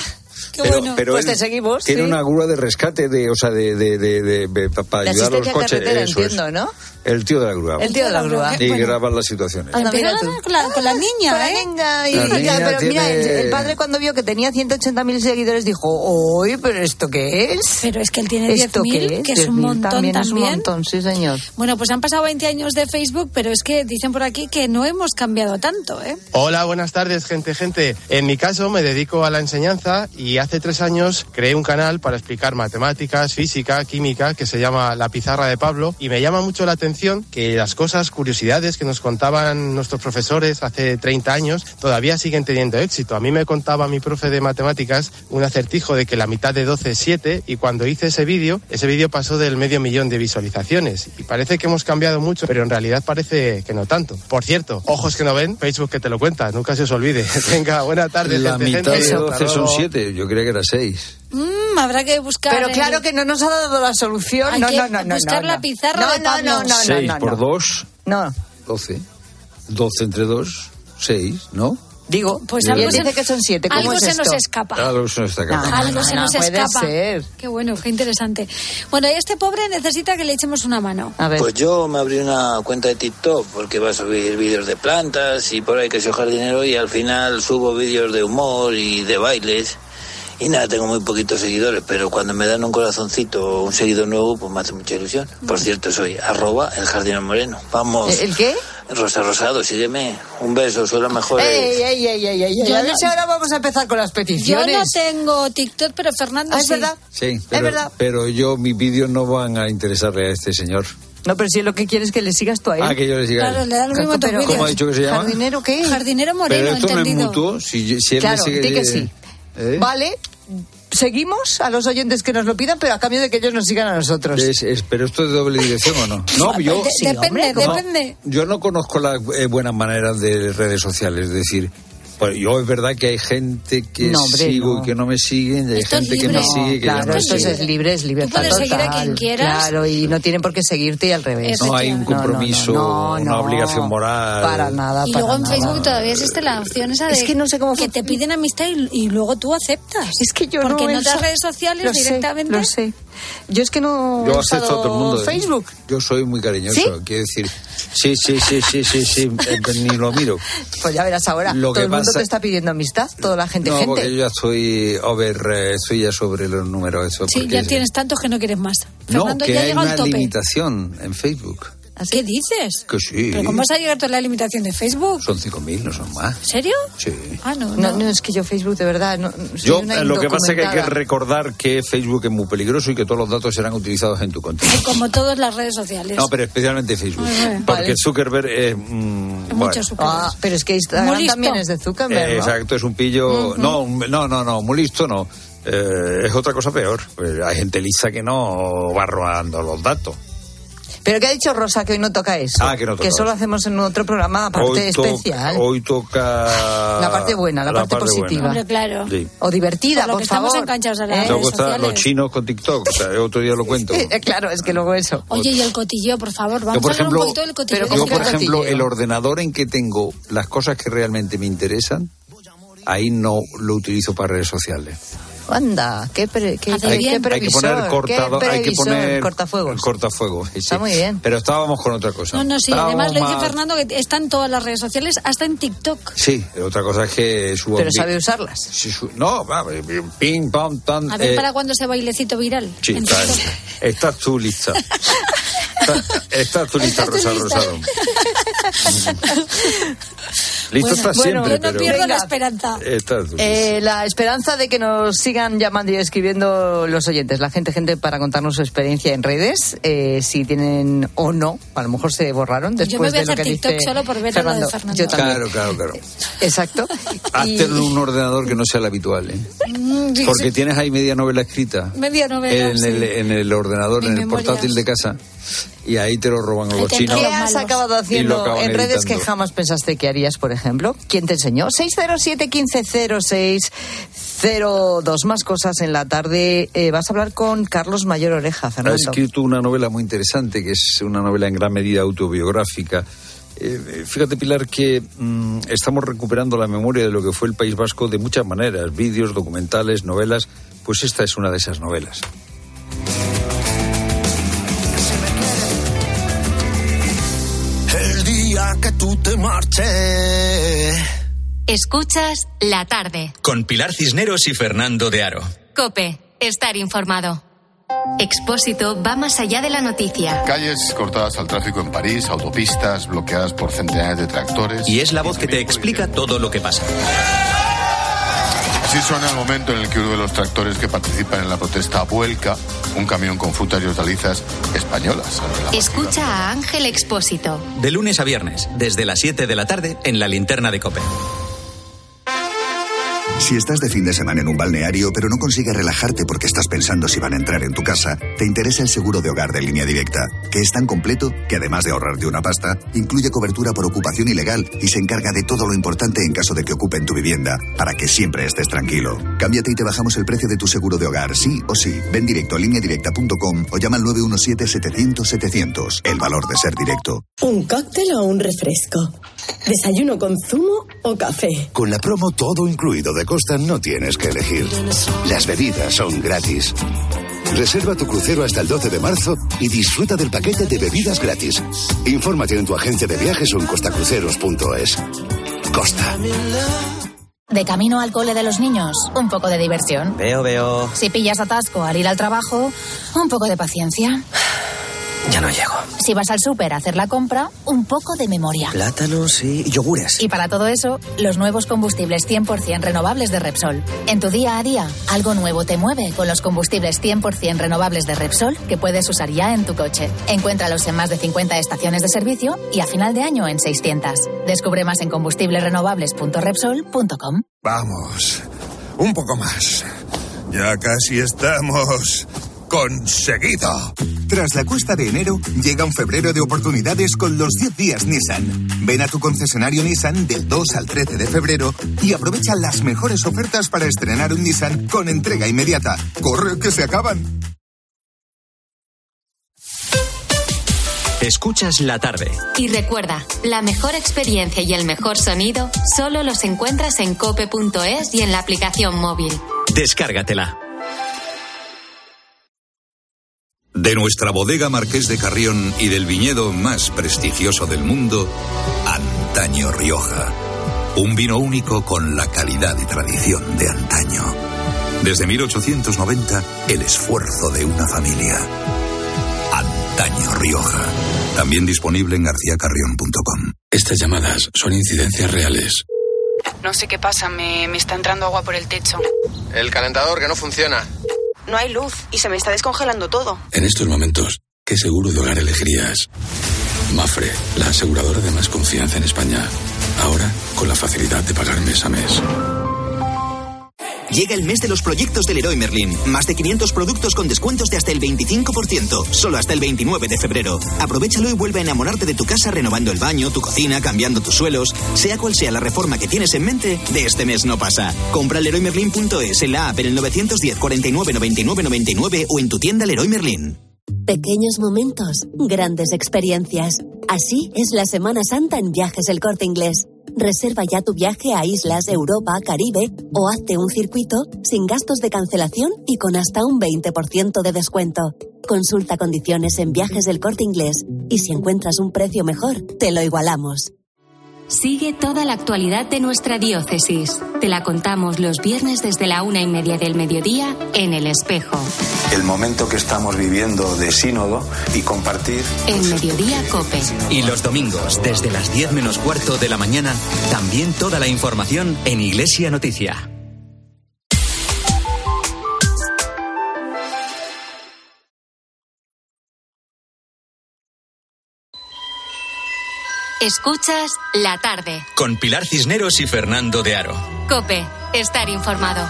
Qué Pero, bueno. pero Pues él te seguimos, tiene sí. una grúa de rescate, de, o sea, de, de, de, de, de- para De ayudar a los asistencia coches. carretera, Eso es. entiendo, ¿no? El tío de la grúa. El tío de la grúa. Y Bueno. graban las situaciones. Anda, Empieza mira tú. con la, con la niña, Con la ¿eh? niña, y- La y- niña pero mira, el, tiene- el padre cuando vio que tenía ciento ochenta mil seguidores dijo, uy, pero ¿esto qué es? Pero es que él tiene ¿Esto diez mil, qué es? que es diez un mil montón también. también. Es un montón, sí, señor. Bueno, pues han pasado veinte años de Facebook, pero es que dicen por aquí que no hemos cambiado tanto, ¿eh? Hola, buenas tardes, gente, gente. En mi caso me dedico a la enseñanza y hace tres años creé un canal para explicar matemáticas, física, química, que se llama La Pizarra de Pablo, y me llama mucho la atención que las cosas, curiosidades que nos contaban nuestros profesores hace treinta años todavía siguen teniendo éxito. A mí me contaba mi profe de matemáticas un acertijo de que la mitad de doce es siete, y cuando hice ese vídeo, ese vídeo pasó del medio millón de visualizaciones y parece que hemos cambiado mucho, pero en realidad parece que no tanto. Por cierto, ojos que no ven, Facebook que te lo cuenta, nunca se os olvide. Venga, buena tarde, La gente, mitad gente. de Hasta doce son luego. siete, yo creía que era seis. Mm, habrá que buscar. Pero el- claro que no nos ha dado la solución. Hay No, que no, no, no. buscar no, la no. pizarra no, de no, Pablo. no, no, no, seis no, por no. dos, No, doce. doce entre dos, seis, ¿no? digo, Pues y algo él se- dice que son siete. ¿Cómo Algo es se esto? nos escapa. Claro, eso no está acá. No, Algo se no nos puede escapa. ser. Qué bueno, qué interesante. Bueno, y este pobre necesita que le echemos una mano. A ver. Pues yo me abrí una cuenta de TikTok porque va a subir vídeos de plantas y por ahí que soy jardinero, y al final subo vídeos de humor y de bailes. Y nada, tengo muy poquitos seguidores, pero cuando me dan un corazoncito o un seguidor nuevo, pues me hace mucha ilusión. Por cierto, soy arroba el jardinero moreno. Vamos. ¿El qué? Rosa Rosado, sígueme. Un beso, soy la mejor. Ey, ey, ey, ey, ey, Yo a ver no- si ahora vamos a empezar con las Yo peticiones. no tengo TikTok, pero Fernando Ah, ¿es sí. verdad? Sí, pero, verdad. pero yo, mis vídeos no van a interesarle a este señor. No, pero si lo que quieres es que le sigas tú a él. Ah, que yo le siga a él. Claro, le da lo mismo a tus Pero- vídeos. ¿Cómo ha dicho que se llama? ¿Jardinero qué? Jardinero moreno, Pero esto no es entendido. mutuo. Si, si él Claro, me sigue, di que sí. ¿eh? Vale, seguimos a los oyentes que nos lo pidan, pero a cambio de que ellos nos sigan a nosotros. Es- es- pero esto es de doble dirección o no? No, yo, De- depende, no, depende. yo no conozco las eh, buenas maneras de redes sociales. Es decir, Pues yo es verdad que hay gente que no, hombre, sigo no. y que no me siguen, y hay Esto gente es que me libre. sigue y que claro, ya no me esto sigue. es libre, es libertad Tú puedes total. seguir a quien quieras. Claro, y no tienen por qué seguirte y al revés. No hay un compromiso, no, no, no, una no, obligación moral. Para nada, Y para luego en nada. Facebook todavía existe la opción esa de Es que no sé cómo que te piden amistad y, y luego tú aceptas. Es que yo Porque no en he otras usado- redes sociales lo sé, directamente... lo sé. Yo es que no Yo he acepto usado a todo el mundo. Facebook. Yo soy muy cariñoso. ¿Sí? Quiero decir, sí, sí, sí, sí, sí, sí, eh, ni lo miro. Pues ya verás ahora. Lo Todo que el mundo pasa- te está pidiendo amistad, toda la gente. No, gente. porque yo ya estoy over, eh, estoy ya sobre los números. Eso, Sí, porque ya es- tienes tantos que no quieres más. No, Fernando que ya hay llega al una tope. limitación en Facebook. ¿Qué dices? Que sí. ¿Pero cómo vas a llegar a la limitación de Facebook? Son cinco mil, no son más. ¿En serio? Sí. Ah, no, No, no. no, es que yo Facebook de verdad no, soy Yo, una eh, lo que pasa es que hay que indocumentada. recordar que Facebook es muy peligroso y que todos los datos serán utilizados en tu contenido. Como todas las redes sociales. No, pero especialmente Facebook. Muy bien. Porque Vale. Zuckerberg es... mm, Mucho bueno. Zuckerberg. Ah, pero es que Instagram Muy listo. también es de Zuckerberg, Eh, ¿no? Exacto, es un pillo... no, un- no, no, no, muy listo no. Eh, es otra cosa peor. Pues hay gente lista que no va robando los datos. Pero ¿qué ha dicho Rosa que hoy no toca eso? Ah, que no toca Que solo eso. hacemos en otro programa, aparte Hoy to- especial. Hoy toca... La parte buena, la parte positiva. Hombre, claro. Sí. O divertida, Por lo por que estamos favor. enganchados a las ¿Eh? Luego redes están sociales. los chinos con TikTok. O sea, otro día lo cuento. Eh, Claro, es que luego eso. Oye, y el cotilleo, por favor, vamos Yo, por a hablar ejemplo, un poquito del cotilleo. pero Yo, ¿cómo por que ejemplo, cotilleo? el ordenador en que tengo las cosas que realmente me interesan, ahí no lo utilizo para redes sociales. Anda, qué, pre, qué, Hace qué bien. Hay que previsor, poner cortador, qué hay que previsor, poner cortafuegos. el cortafuegos. sí, Está sí. muy bien. Pero estábamos con otra cosa. No, no, sí, Estábamos además lo dice más- Fernando que está en todas las redes sociales, hasta en TikTok. Sí, otra cosa es que subo Pero un sabe vi- usarlas. Sí, su- no, va, ping, pam, tan. A ver eh, para cuándo ese bailecito viral. Sí, en está- TikTok. estás tú lista. Está- Estás tú lista, Estás tú Rosa lista. Rosado. Listo Bueno, estás bueno, siempre, Yo no pero... pierdo la Venga. esperanza. Estás tú lista. Eh, la esperanza de que nos sigan llamando y escribiendo los oyentes, la gente, gente para contarnos su experiencia en redes, eh, si tienen o no, a lo mejor se borraron después Yo me voy a de lo hacer que TikTok dice solo por ver a lo de Fernando. Fernando. Yo también. Claro, claro, claro. Exacto. Y- Hazte un ordenador que no sea el habitual, ¿eh? Mm, sí, Porque sí. tienes ahí media novela escrita Media novela, en, sí. el, en el ordenador, Mis en el memorias. portátil de casa, y ahí te lo roban Ahí los te chinos. ¿Qué Los has malos. acabado Y lo haciendo acaban en redes editando. que jamás pensaste que harías, por ejemplo? ¿Quién te enseñó? seis cero siete, uno cinco cero seis cero dos. Más cosas en la tarde. Eh, vas a hablar con Carlos Mayor Oreja, Ha Fernando. escrito una novela muy interesante, que es una novela en gran medida autobiográfica. Eh, fíjate, Pilar, que mm, estamos recuperando la memoria de lo que fue el País Vasco de muchas maneras, vídeos, documentales, novelas. Pues esta es una de esas novelas. El día que tú te marches. Escuchas La Tarde. Con Pilar Cisneros y Fernando de Aro. COPE. Estar informado. Expósito va más allá de la noticia. Calles cortadas al tráfico en París, autopistas bloqueadas por centenares de tractores. Y es la voz que te explica todo lo que pasa. Así suena el momento en el que uno de los tractores que participan en la protesta vuelca un camión con frutas y hortalizas españolas. ante la Escucha a Ángel Expósito. De lunes a viernes, desde las siete de la tarde, en la linterna de COPE. Si estás de fin de semana en un balneario pero no consigues relajarte porque estás pensando si van a entrar en tu casa, te interesa el seguro de hogar de Línea Directa, que es tan completo que además de ahorrarte una pasta, incluye cobertura por ocupación ilegal y se encarga de todo lo importante en caso de que ocupen tu vivienda, para que siempre estés tranquilo. Cámbiate y te bajamos el precio de tu seguro de hogar, sí o sí. Ven directo a línea directa punto com o llama al nueve uno siete, setecientos, setecientos. El valor de ser directo. ¿Un cóctel o un refresco? ¿Desayuno con zumo o café? Con la promo todo incluido de Costa no tienes que elegir. Las bebidas son gratis. Reserva tu crucero hasta el doce de marzo y disfruta del paquete de bebidas gratis. Infórmate en tu agencia de viajes o en costacruceros punto es. Costa. De camino al cole de los niños, un poco de diversión. Veo, veo. Si pillas atasco al ir al trabajo, un poco de paciencia. Ya no llego. Si vas al súper a hacer la compra, un poco de memoria. Plátanos y yogures. Y para todo eso, los nuevos combustibles cien por ciento renovables de Repsol. En tu día a día, algo nuevo te mueve con los combustibles cien por ciento renovables de Repsol que puedes usar ya en tu coche. Encuéntralos en más de cincuenta estaciones de servicio y a final de año en seiscientas. Descubre más en combustibles renovables punto repsol punto com. Vamos, un poco más. Ya casi estamos conseguido. Tras la cuesta de enero, llega un febrero de oportunidades con los diez días Nissan. Ven a tu concesionario Nissan del dos al trece de febrero y aprovecha las mejores ofertas para estrenar un Nissan con entrega inmediata. ¡Corre, que se acaban! Escuchas la tarde. Y recuerda, la mejor experiencia y el mejor sonido solo los encuentras en cope punto es y en la aplicación móvil. Descárgatela. De nuestra bodega Marqués de Carrión y del viñedo más prestigioso del mundo, Antaño Rioja. Un vino único con la calidad y tradición de antaño. Desde mil ochocientos noventa, el esfuerzo de una familia. Antaño Rioja. También disponible en garcía carrión punto com. Estas llamadas son incidencias reales. No sé qué pasa, me, me está entrando agua por el techo. El calentador que no funciona. No hay luz y se me está descongelando todo. En estos momentos, ¿qué seguro de hogar elegirías? Mafre, la aseguradora de más confianza en España. Ahora, con la facilidad de pagar mes a mes. Llega el mes de los proyectos del Leroy Merlin. Más de quinientos productos con descuentos de hasta el veinticinco por ciento. Solo hasta el veintinueve de febrero. Aprovéchalo y vuelve a enamorarte de tu casa renovando el baño, tu cocina, cambiando tus suelos. Sea cual sea la reforma que tienes en mente, de este mes no pasa. Compra leroy merlin punto es en la app en el nueve uno cero, cuarenta y nueve, noventa y nueve, noventa y nueve o en tu tienda Leroy Merlin. Pequeños momentos, grandes experiencias. Así es la Semana Santa en Viajes El Corte Inglés. Reserva ya tu viaje a islas, Europa, Caribe o hazte un circuito sin gastos de cancelación y con hasta un veinte por ciento de descuento. Consulta condiciones en Viajes del Corte Inglés y si encuentras un precio mejor, te lo igualamos. Sigue toda la actualidad de nuestra diócesis. Te la contamos los viernes desde la una y media del mediodía en El Espejo. El momento que estamos viviendo de sínodo y compartir. En Mediodía Cope. Y los domingos, desde las diez menos cuarto de la mañana, también toda la información en Iglesia Noticia. Escuchas La Tarde. Con Pilar Cisneros y Fernando de Aro. Cope, estar informado.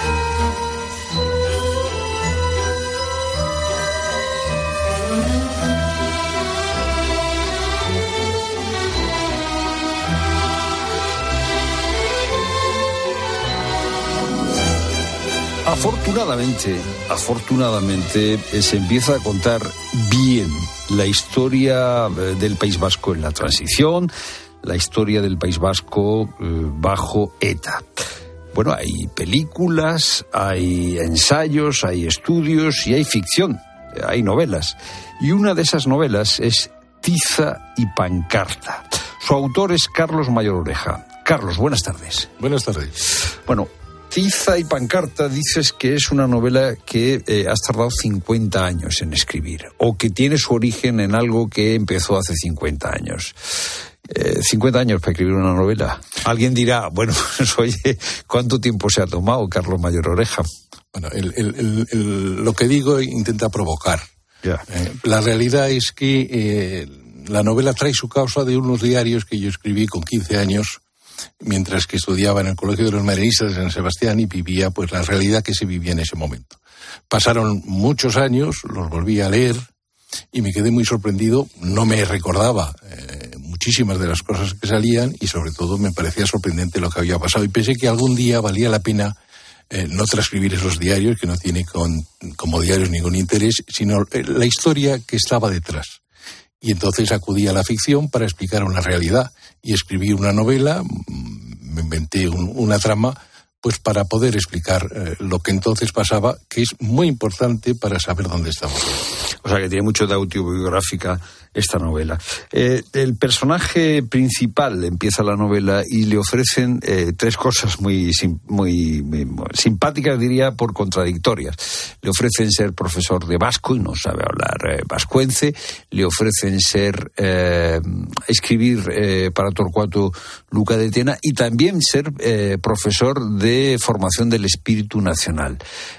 Afortunadamente, afortunadamente eh, se empieza a contar bien la historia eh, del País Vasco en la transición, la historia del País Vasco eh, bajo ETA. Bueno, hay películas, hay ensayos, hay estudios y hay ficción, hay novelas. Y una de esas novelas es Tiza y Pancarta. Su autor es Carlos Mayor Oreja. Carlos, buenas tardes. Buenas tardes. Bueno, Tiza y Pancarta dices que es una novela que eh, has tardado cincuenta años en escribir, o que tiene su origen en algo que empezó hace cincuenta años. Eh, cincuenta años para escribir una novela. Alguien dirá, bueno, pues oye, ¿cuánto tiempo se ha tomado Carlos Mayor Oreja? Bueno, el, el, el, el, lo que digo intenta provocar. Ya. Eh, la realidad es que eh, la novela trae su causa de unos diarios que yo escribí con quince años, mientras que estudiaba en el Colegio de los Marianistas de San Sebastián y vivía pues la realidad que se vivía en ese momento. Pasaron muchos años, los volví a leer y me quedé muy sorprendido. No me recordaba eh, muchísimas de las cosas que salían y sobre todo me parecía sorprendente lo que había pasado. Y pensé que algún día valía la pena eh, no transcribir esos diarios, que no tiene con, como diarios ningún interés, sino eh, la historia que estaba detrás. Y entonces acudí a la ficción para explicar una realidad y escribí una novela, me inventé un, una trama, pues para poder explicar eh, lo que entonces pasaba, que es muy importante para saber dónde estamos. O sea, que tiene mucho de autobiográfica esta novela. Eh, el personaje principal empieza la novela y le ofrecen eh, tres cosas muy, muy, muy, muy simpáticas, diría, por contradictorias. Le ofrecen ser profesor de vasco y no sabe hablar eh, vascuence. Le ofrecen ser eh, escribir eh, para Torcuato Luca de Tena y también ser eh, profesor de formación del espíritu nacional.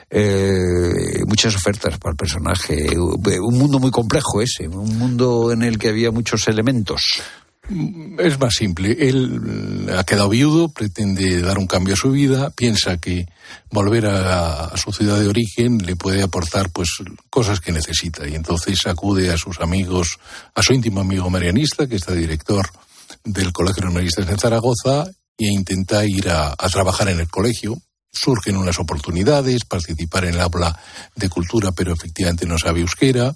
Eh, muchas ofertas para el personaje. Un mundo muy complejo ese, un mundo en el que había muchos elementos. Es más simple. Él ha quedado viudo, pretende dar un cambio a su vida, piensa que volver a, a su ciudad de origen le puede aportar pues cosas que necesita, y entonces acude a sus amigos, a su íntimo amigo marianista, que está director del Colegio de los Marianistas en Zaragoza, e intenta ir a, a trabajar en el colegio. Surgen unas oportunidades, participar en el aula de cultura, pero efectivamente no sabe euskera,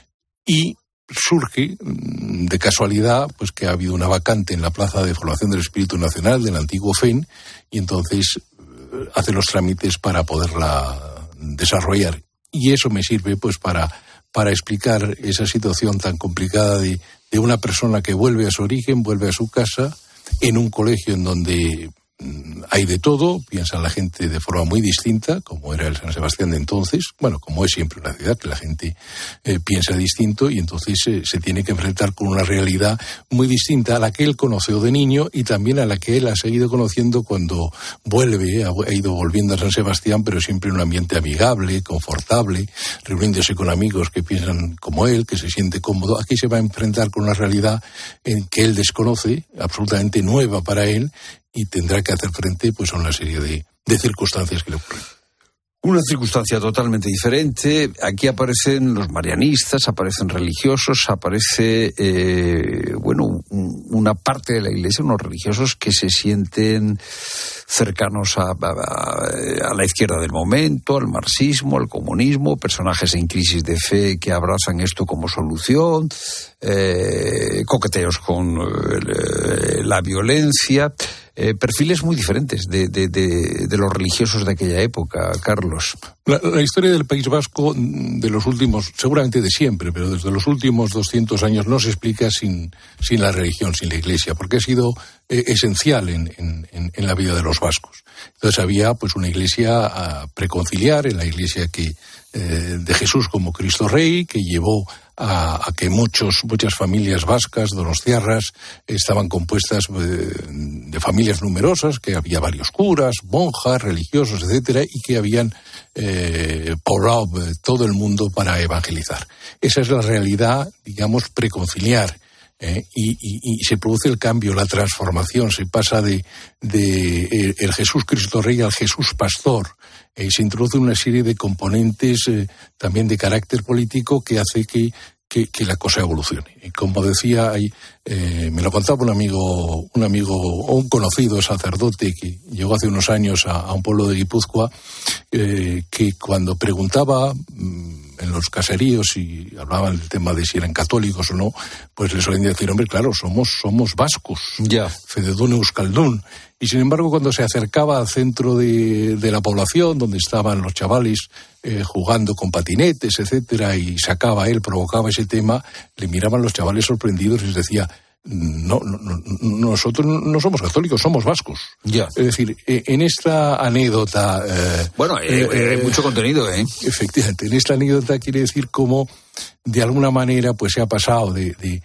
y surge de casualidad pues que ha habido una vacante en la Plaza de Formación del Espíritu Nacional del antiguo F E N, y entonces hace los trámites para poderla desarrollar. Y eso me sirve pues para, para explicar esa situación tan complicada de, de una persona que vuelve a su origen, vuelve a su casa, en un colegio en donde hay de todo, piensa la gente de forma muy distinta, como era el San Sebastián de entonces, bueno, como es siempre una ciudad, que la gente eh, piensa distinto, y entonces eh, se tiene que enfrentar con una realidad muy distinta a la que él conoció de niño y también a la que él ha seguido conociendo cuando vuelve, ha, ha ido volviendo a San Sebastián, pero siempre en un ambiente amigable, confortable, reuniéndose con amigos que piensan como él, que se siente cómodo. Aquí se va a enfrentar con una realidad en que él desconoce, absolutamente nueva para él, y tendrá que hacer frente pues a una serie de, de circunstancias que le ocurren. Una circunstancia totalmente diferente. Aquí aparecen los marianistas, aparecen religiosos, aparece eh, bueno una parte de la Iglesia, unos religiosos que se sienten cercanos a, a, a la izquierda del momento, al marxismo, al comunismo, personajes en crisis de fe que abrazan esto como solución, eh, coqueteos con eh, la violencia. Eh, perfiles muy diferentes de, de, de, de los religiosos de aquella época, Carlos. La, la historia del País Vasco de los últimos, seguramente de siempre, pero desde los últimos doscientos años no se explica sin, sin la religión, sin la Iglesia, porque ha sido eh, esencial en, en, en la vida de los vascos. Entonces había pues una Iglesia a preconciliar, en la Iglesia que eh, de Jesús como Cristo Rey, que llevó A, a que muchos, muchas familias vascas, donostiarras, estaban compuestas de, de familias numerosas, que había varios curas, monjas, religiosos, etcétera, y que habían eh, poblado todo el mundo para evangelizar. Esa es la realidad, digamos, preconciliar. Eh, y, y, y se produce el cambio, la transformación, se pasa de, de el, el Jesús Cristo Rey al Jesús Pastor. Eh, se introduce una serie de componentes eh, también de carácter político que hace que, que, que la cosa evolucione. Y como decía, hay, eh, me lo contaba un amigo, un amigo o un conocido sacerdote que llegó hace unos años a, a un pueblo de Guipúzcoa, eh, que cuando preguntaba mmm, en los caseríos y hablaban del tema de si eran católicos o no, pues les solían decir, hombre, claro, somos, somos vascos, ya, Fededún Euskaldún. Y sin embargo, cuando se acercaba al centro de, de la población, donde estaban los chavales eh, jugando con patinetes, etcétera, y sacaba él, provocaba ese tema, le miraban los chavales sorprendidos y les decía, no, no, no, nosotros no somos católicos, somos vascos. Ya. Es decir, en esta anécdota... Eh, bueno, eh, eh, hay mucho contenido, ¿eh? Efectivamente, en esta anécdota quiere decir cómo, de alguna manera, pues se ha pasado de, de,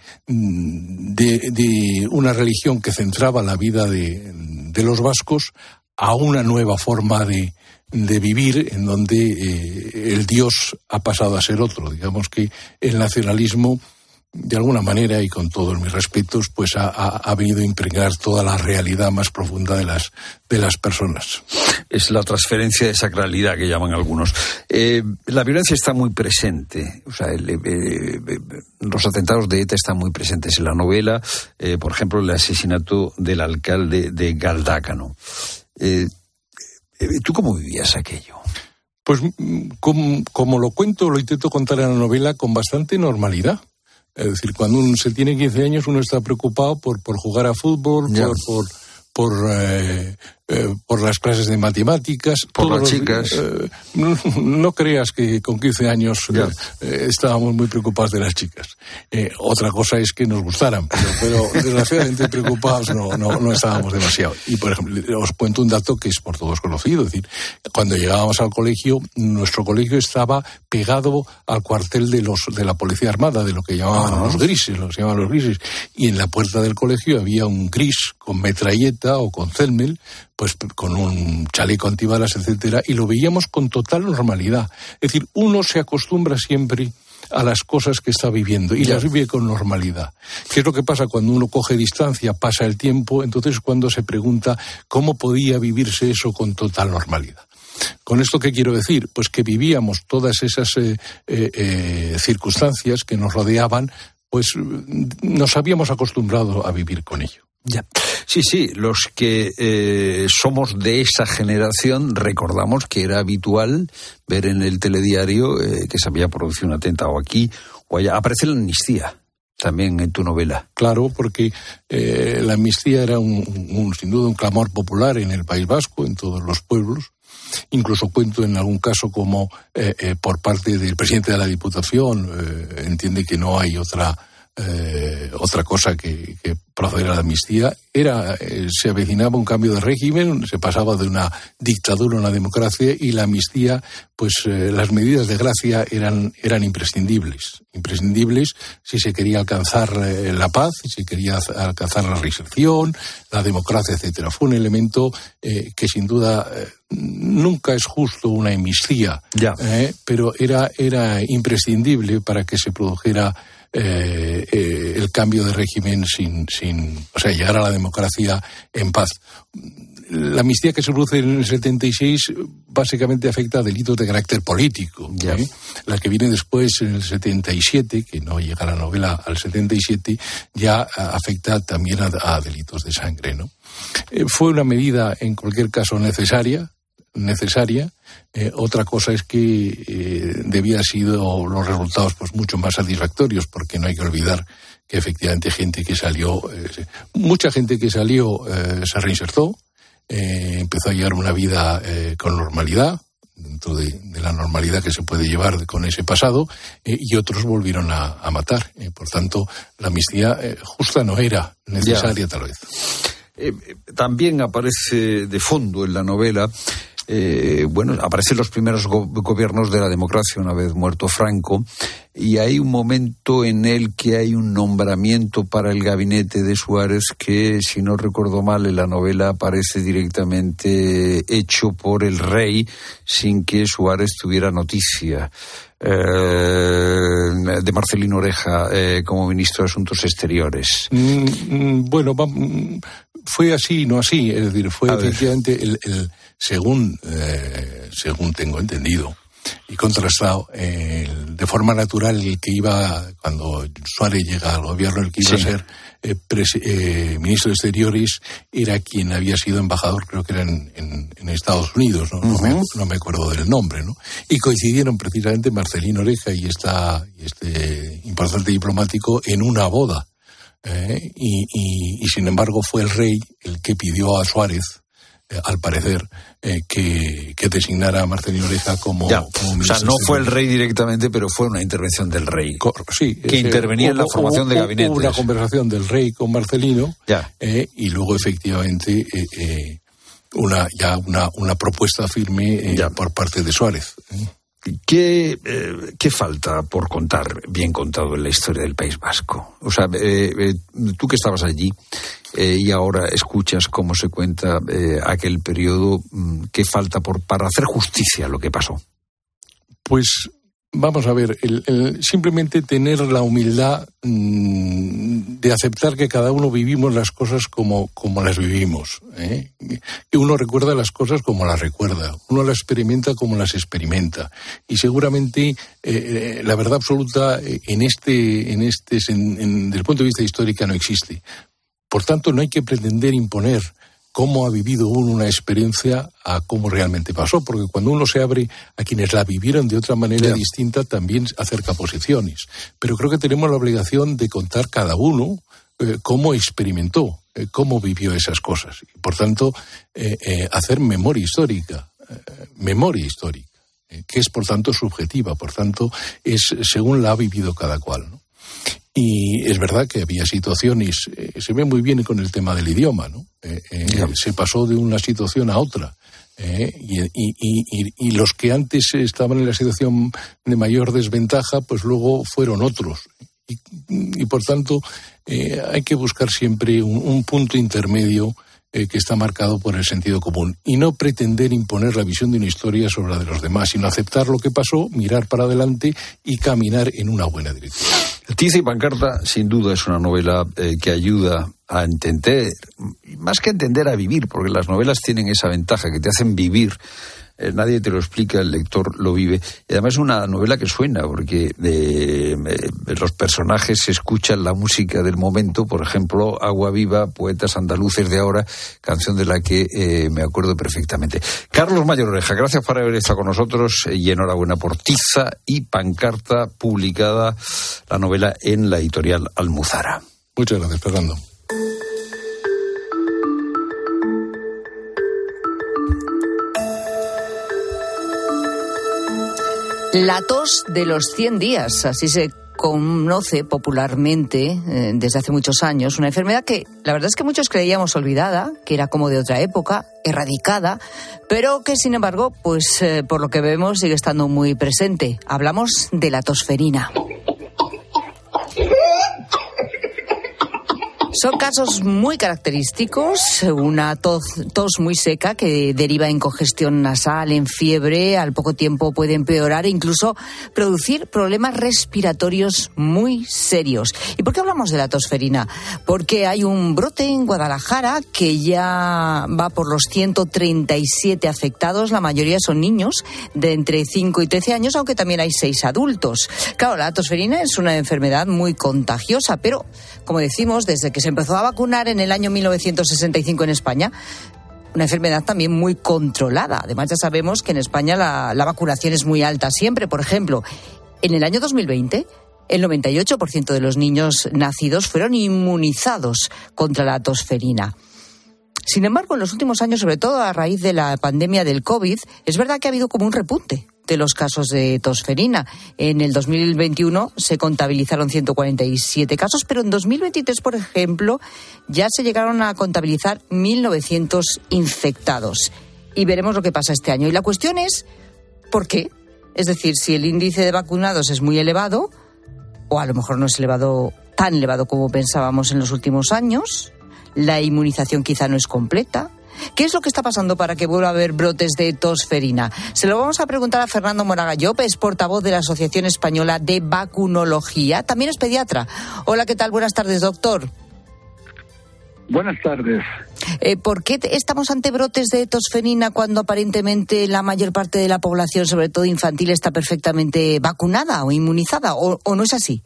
de, de una religión que centraba la vida de, de los vascos a una nueva forma de, de vivir, en donde eh, el Dios ha pasado a ser otro. Digamos que el nacionalismo, de alguna manera, y con todos mis respetos, pues ha, ha, ha venido a impregnar toda la realidad más profunda de las, de las personas. Es la transferencia de sacralidad que llaman algunos. Eh, la violencia está muy presente, o sea, el, eh, eh, los atentados de ETA están muy presentes en la novela, eh, por ejemplo, el asesinato del alcalde de Galdácano. Eh, eh, ¿Tú cómo vivías aquello? Pues como, como lo cuento, lo intento contar en la novela con bastante normalidad. Es decir, cuando uno se tiene quince años, uno está preocupado por, por jugar a fútbol, por, por, por, eh, eh, por las clases de matemáticas. Por las los, chicas. Eh, no, no creas que con quince años eh, estábamos muy preocupados de las chicas. Eh, otra cosa es que nos gustaran, pero, pero desgraciadamente preocupados no, no, no estábamos demasiado. Y, por ejemplo, os cuento un dato que es por todos conocido. Es decir, cuando llegábamos al colegio, nuestro colegio estaba pegado al cuartel de los de la Policía Armada, de lo que llamaban ah. los grises, lo que se llamaban los grises. Y en la puerta del colegio había un gris con metralleta o con Zelmel, pues con un chaleco antibalas, etcétera, y lo veíamos con total normalidad. Es decir, uno se acostumbra siempre a las cosas que está viviendo y ya. las vive con normalidad. ¿Qué es lo que pasa cuando uno coge distancia, pasa el tiempo? Entonces cuando se pregunta cómo podía vivirse eso con total normalidad. ¿Con esto qué quiero decir? Pues que vivíamos todas esas eh, eh, eh, circunstancias que nos rodeaban, pues nos habíamos acostumbrado a vivir con ello. Ya. Sí, sí, los que eh, somos de esa generación recordamos que era habitual ver en el telediario eh, que se había producido un atentado aquí o allá. Aparece la amnistía también en tu novela. Claro, porque eh, la amnistía era un, un, sin duda un clamor popular en el País Vasco, en todos los pueblos. Incluso cuento en algún caso como eh, eh, por parte del presidente de la Diputación eh, entiende que no hay otra eh, otra cosa que, que proceder a la amnistía. Era eh, se avecinaba un cambio de régimen, se pasaba de una dictadura a una democracia y la amnistía, pues eh, las medidas de gracia eran eran imprescindibles, imprescindibles si se quería alcanzar eh, la paz, si se quería alcanzar la reinserción, la democracia, etcétera. Fue un elemento eh, que sin duda eh, nunca es justo una amnistía, eh, pero era era imprescindible para que se produjera eh, eh, el cambio de régimen sin sin, o sea, llegar a la democracia en paz. La amnistía que se produce en el setenta y seis básicamente afecta a delitos de carácter político. ¿eh? La que viene después, en el setenta y siete, que no llega la novela al setenta y siete, ya afecta también a, a delitos de sangre, ¿no? Eh, fue una medida, en cualquier caso, necesaria, necesaria. Eh, otra cosa es que eh, debía haber sido los resultados pues mucho más satisfactorios, porque no hay que olvidar que efectivamente gente que salió, eh, mucha gente que salió eh, se reinsertó, eh, empezó a llevar una vida eh, con normalidad, dentro de, de la normalidad que se puede llevar con ese pasado, eh, y otros volvieron a, a matar. Eh, por tanto, la amnistía eh, justa no era necesaria, ya. Tal vez. Eh, también aparece de fondo en la novela, eh, bueno, aparecen los primeros go- gobiernos de la democracia una vez muerto Franco, y hay un momento en el que hay un nombramiento para el gabinete de Suárez que, si no recuerdo mal, en la novela aparece directamente hecho por el rey sin que Suárez tuviera noticia. Eh, de Marcelino Oreja eh, como ministro de Asuntos Exteriores. Mm, bueno, va, fue así, no así, es decir, fue efectivamente el, el según eh, según tengo entendido y contrastado, eh, de forma natural el que iba, cuando Suárez llega al gobierno, el que iba sí. a ser eh, pres- eh, ministro de Exteriores era quien había sido embajador, creo que era en, en, en Estados Unidos, ¿no? Uh-huh. No, me, no me acuerdo del nombre, ¿no? Y coincidieron precisamente Marcelino Oreja y, esta, y este importante diplomático en una boda. Eh, y, y, y sin embargo fue el rey el que pidió a Suárez, eh, al parecer, eh, que, que designara a Marcelino Oreja como, ya, como ministro. O sea, no fue el rey directamente, pero fue una intervención del rey. Co- sí, que ese, intervenía hubo, en la formación hubo, de gabinetes. Hubo una conversación del rey con Marcelino, ya. Eh, y luego efectivamente eh, eh, una ya una, una propuesta firme eh, por parte de Suárez. ¿eh? ¿Qué, eh, ¿Qué falta por contar, bien contado, en la historia del País Vasco? O sea, eh, eh, tú que estabas allí eh, y ahora escuchas cómo se cuenta eh, aquel periodo, ¿qué falta por para hacer justicia a lo que pasó? Pues vamos a ver, el, el, simplemente tener la humildad mmm, de aceptar que cada uno vivimos las cosas como, como las vivimos, ¿eh? Que uno recuerda las cosas como las recuerda, uno las experimenta como las experimenta, y seguramente eh, la verdad absoluta en este, en este, en, en, desde el punto de vista histórico no existe. Por tanto, no hay que pretender imponer cómo ha vivido uno una experiencia a cómo realmente pasó, porque cuando uno se abre a quienes la vivieron de otra manera yeah. distinta, también acerca posiciones. Pero creo que tenemos la obligación de contar cada uno eh, cómo experimentó, eh, cómo vivió esas cosas. Y por tanto, eh, eh, hacer memoria histórica, eh, memoria histórica, eh, que es por tanto subjetiva, por tanto es según la ha vivido cada cual, ¿no? Y es verdad que había situaciones, eh, se ve muy bien con el tema del idioma, ¿no? Eh, eh, se pasó de una situación a otra. Eh, y, y, y, y los que antes estaban en la situación de mayor desventaja, pues luego fueron otros. Y, y por tanto, eh, hay que buscar siempre un, un punto intermedio eh, que está marcado por el sentido común. Y no pretender imponer la visión de una historia sobre la de los demás, sino aceptar lo que pasó, mirar para adelante y caminar en una buena dirección. Tiza y Pancarta, sin duda, es una novela eh, que ayuda a entender, más que entender, a vivir, porque las novelas tienen esa ventaja, que te hacen vivir. Eh, nadie te lo explica, el lector lo vive. Y además es una novela que suena, porque eh, eh, los personajes escuchan la música del momento, por ejemplo, Agua Viva, Poetas Andaluces de Ahora, canción de la que eh, me acuerdo perfectamente. Carlos Mayor Oreja, gracias por haber estado con nosotros y enhorabuena por Tiza y Pancarta, publicada la novela en la editorial Almuzara. Muchas gracias, Fernando. La tos de los cien días, así se conoce popularmente eh, desde hace muchos años, una enfermedad que la verdad es que muchos creíamos olvidada, que era como de otra época, erradicada, pero que sin embargo, pues eh, por lo que vemos sigue estando muy presente. Hablamos de la tosferina. Son casos muy característicos, una tos, tos muy seca que deriva en congestión nasal, en fiebre, al poco tiempo puede empeorar e incluso producir problemas respiratorios muy serios. ¿Y por qué hablamos de la tosferina? Porque hay un brote en Guadalajara que ya va por los ciento treinta y siete afectados, la mayoría son niños de entre cinco y trece años, aunque también hay seis adultos. Claro, la tosferina es una enfermedad muy contagiosa, pero, como decimos, desde que se empezó a vacunar en el año mil novecientos sesenta y cinco en España, una enfermedad también muy controlada. Además, ya sabemos que en España la, la vacunación es muy alta siempre. Por ejemplo, en el año dos mil veinte, el noventa y ocho por ciento de los niños nacidos fueron inmunizados contra la tosferina. Sin embargo, en los últimos años, sobre todo a raíz de la pandemia del COVID, es verdad que ha habido como un repunte de los casos de tosferina. En el dos mil veintiuno se contabilizaron ciento cuarenta y siete casos, pero en dos mil veintitrés, por ejemplo, ya se llegaron a contabilizar mil novecientos infectados. Y veremos lo que pasa este año. Y la cuestión es, ¿por qué? Es decir, si el índice de vacunados es muy elevado, o a lo mejor no es elevado, tan elevado como pensábamos en los últimos años, la inmunización quizá no es completa. ¿Qué es lo que está pasando para que vuelva a haber brotes de tosferina? Se lo vamos a preguntar a Fernando Moraga Llop, es portavoz de la Asociación Española de Vacunología, también es pediatra. Hola, ¿qué tal? Buenas tardes, doctor. Buenas tardes. Eh, ¿Por qué estamos ante brotes de tosferina cuando aparentemente la mayor parte de la población, sobre todo infantil, está perfectamente vacunada o inmunizada? ¿O, o no es así?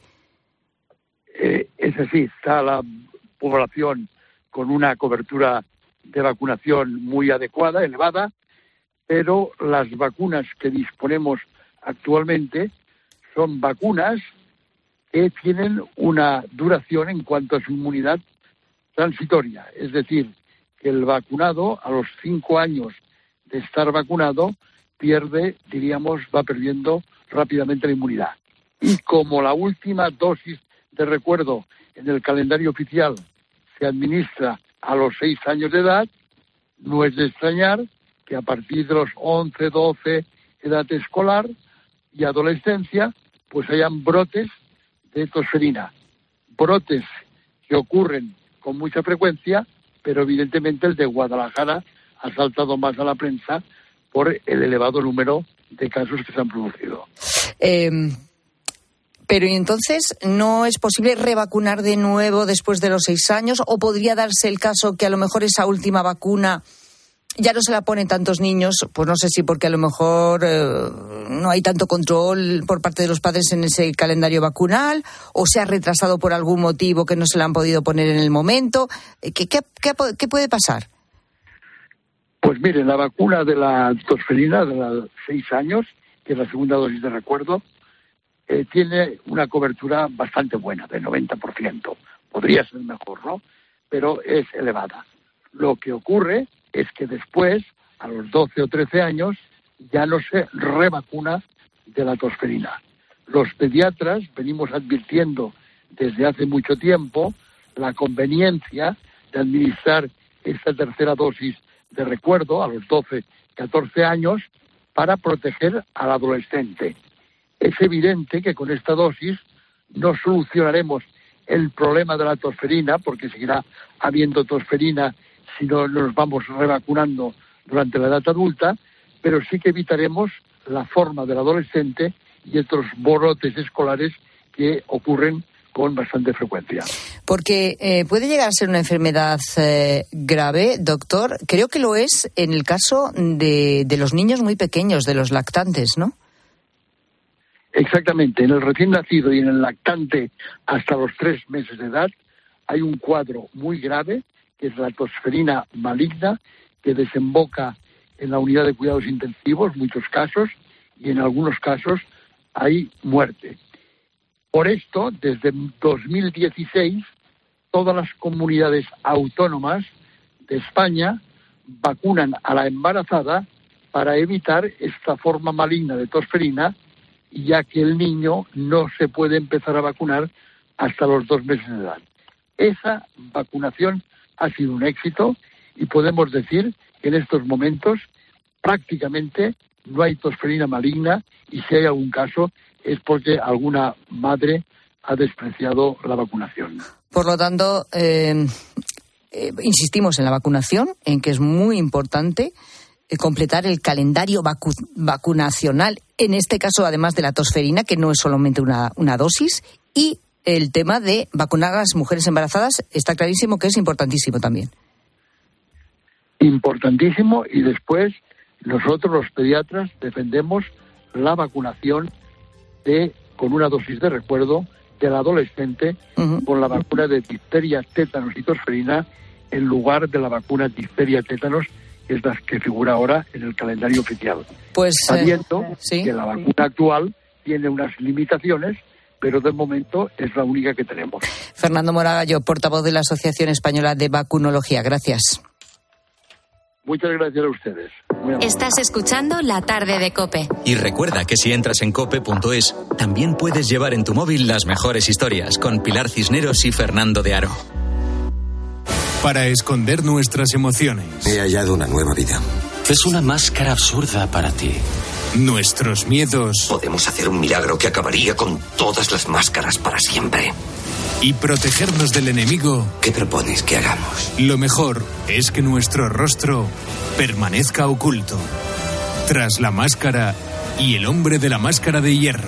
Eh, es así, está la población con una cobertura de vacunación muy adecuada, elevada, pero las vacunas que disponemos actualmente son vacunas que tienen una duración en cuanto a su inmunidad transitoria. Es decir, que el vacunado a los cinco años de estar vacunado pierde, diríamos, va perdiendo rápidamente la inmunidad. Y como la última dosis de recuerdo en el calendario oficial se administra a los seis años de edad, no es de extrañar que a partir de los once, doce, edad escolar y adolescencia, pues hayan brotes de tosferina. Brotes que ocurren con mucha frecuencia, pero evidentemente el de Guadalajara ha saltado más a la prensa por el elevado número de casos que se han producido. Eh... Pero entonces, ¿no es posible revacunar de nuevo después de los seis años? ¿O podría darse el caso que a lo mejor esa última vacuna ya no se la ponen tantos niños? Pues no sé si porque a lo mejor eh, no hay tanto control por parte de los padres en ese calendario vacunal, o se ha retrasado por algún motivo que no se la han podido poner en el momento. ¿Qué, qué, qué, qué puede pasar? Pues miren, la vacuna de la tosferina de los seis años, que es la segunda dosis de recuerdo, Eh, tiene una cobertura bastante buena, de noventa por ciento. Podría ser mejor, ¿no? Pero es elevada. Lo que ocurre es que después, a los doce o trece años, ya no se revacuna de la tosferina. Los pediatras venimos advirtiendo desde hace mucho tiempo la conveniencia de administrar esta tercera dosis de recuerdo a los doce, catorce años para proteger al adolescente. Es evidente que con esta dosis no solucionaremos el problema de la tosferina, porque seguirá habiendo tosferina si no nos vamos revacunando durante la edad adulta, pero sí que evitaremos la forma del adolescente y otros brotes escolares que ocurren con bastante frecuencia. Porque eh, puede llegar a ser una enfermedad eh, grave, doctor. Creo que lo es en el caso de, de los niños muy pequeños, de los lactantes, ¿no? Exactamente. En el recién nacido y en el lactante hasta los tres meses de edad hay un cuadro muy grave, que es la tosferina maligna, que desemboca en la unidad de cuidados intensivos, muchos casos, y en algunos casos hay muerte. Por esto, desde dos mil dieciséis, todas las comunidades autónomas de España vacunan a la embarazada para evitar esta forma maligna de tosferina, ya que el niño no se puede empezar a vacunar hasta los dos meses de edad. Esa vacunación ha sido un éxito y podemos decir que en estos momentos prácticamente no hay tosferina maligna, y si hay algún caso es porque alguna madre ha despreciado la vacunación. Por lo tanto, eh, eh, insistimos en la vacunación, en que es muy importante eh, completar el calendario vacu- vacunacional, en este caso además de la tosferina, que no es solamente una, una dosis, y el tema de vacunar a las mujeres embarazadas está clarísimo que es importantísimo también. Importantísimo, y después nosotros los pediatras defendemos la vacunación de, con una dosis de recuerdo, del adolescente uh-huh. con la vacuna de difteria, tétanos y tosferina en lugar de la vacuna difteria, tétanos, que es la que figura ahora en el calendario oficial. Pues sabiendo eh, ¿sí? que la vacuna actual tiene unas limitaciones, pero de momento es la única que tenemos. Fernando Moragallo, portavoz de la Asociación Española de Vacunología. Gracias. Muchas gracias a ustedes. Estás escuchando La Tarde de COPE. Y recuerda que si entras en cope punto es, también puedes llevar en tu móvil las mejores historias con Pilar Cisneros y Fernando de Aro. Para esconder nuestras emociones. He hallado una nueva vida. Es una máscara absurda para ti. Nuestros miedos. Podemos hacer un milagro que acabaría con todas las máscaras para siempre. Y protegernos del enemigo. ¿Qué propones que hagamos? Lo mejor es que nuestro rostro permanezca oculto. Tras la máscara y el hombre de la máscara de hierro.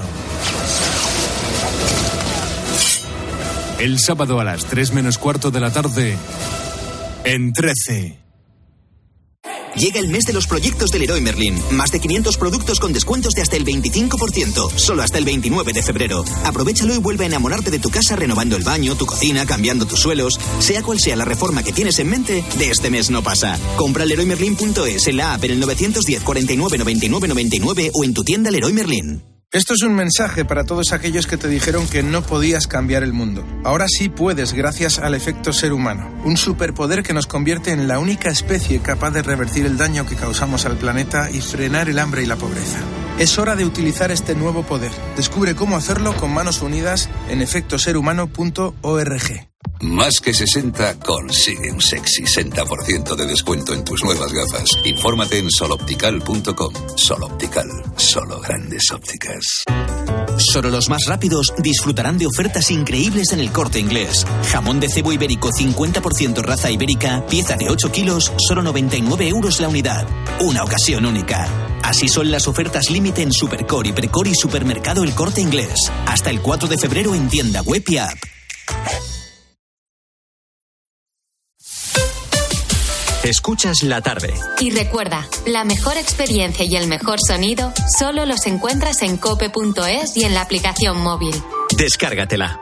El sábado a las tres menos cuarto de la tarde, en trece. Llega el mes de los proyectos del Leroy Merlin. Más de quinientos productos con descuentos de hasta el veinticinco por ciento. Solo hasta el veintinueve de febrero. Aprovéchalo y vuelve a enamorarte de tu casa renovando el baño, tu cocina, cambiando tus suelos. Sea cual sea la reforma que tienes en mente, de este mes no pasa. Compra leroy merlin punto es, en la app, en el nueve uno cero, cuarenta y nueve, noventa y nueve, noventa y nueve o en tu tienda Leroy Merlin. Esto es un mensaje para todos aquellos que te dijeron que no podías cambiar el mundo. Ahora sí puedes, gracias al efecto ser humano. Un superpoder que nos convierte en la única especie capaz de revertir el daño que causamos al planeta y frenar el hambre y la pobreza. Es hora de utilizar este nuevo poder. Descubre cómo hacerlo con manos unidas en efecto ser humano punto org. Más que sesenta consigue un sexy sesenta por ciento de descuento en tus nuevas gafas. Infórmate en sol optical punto com. Sol Optical, solo grandes ópticas. Solo los más rápidos disfrutarán de ofertas increíbles en el Corte Inglés. Jamón de cebo ibérico cincuenta por ciento raza ibérica, pieza de ocho kilos, solo noventa y nueve euros la unidad. Una ocasión única. Así son las ofertas límite en Supercore y Precor y Supermercado El Corte Inglés. Hasta el cuatro de febrero en tienda web y app. Escuchas La Tarde. Y recuerda, la mejor experiencia y el mejor sonido solo los encuentras en cope punto es y en la aplicación móvil. Descárgatela.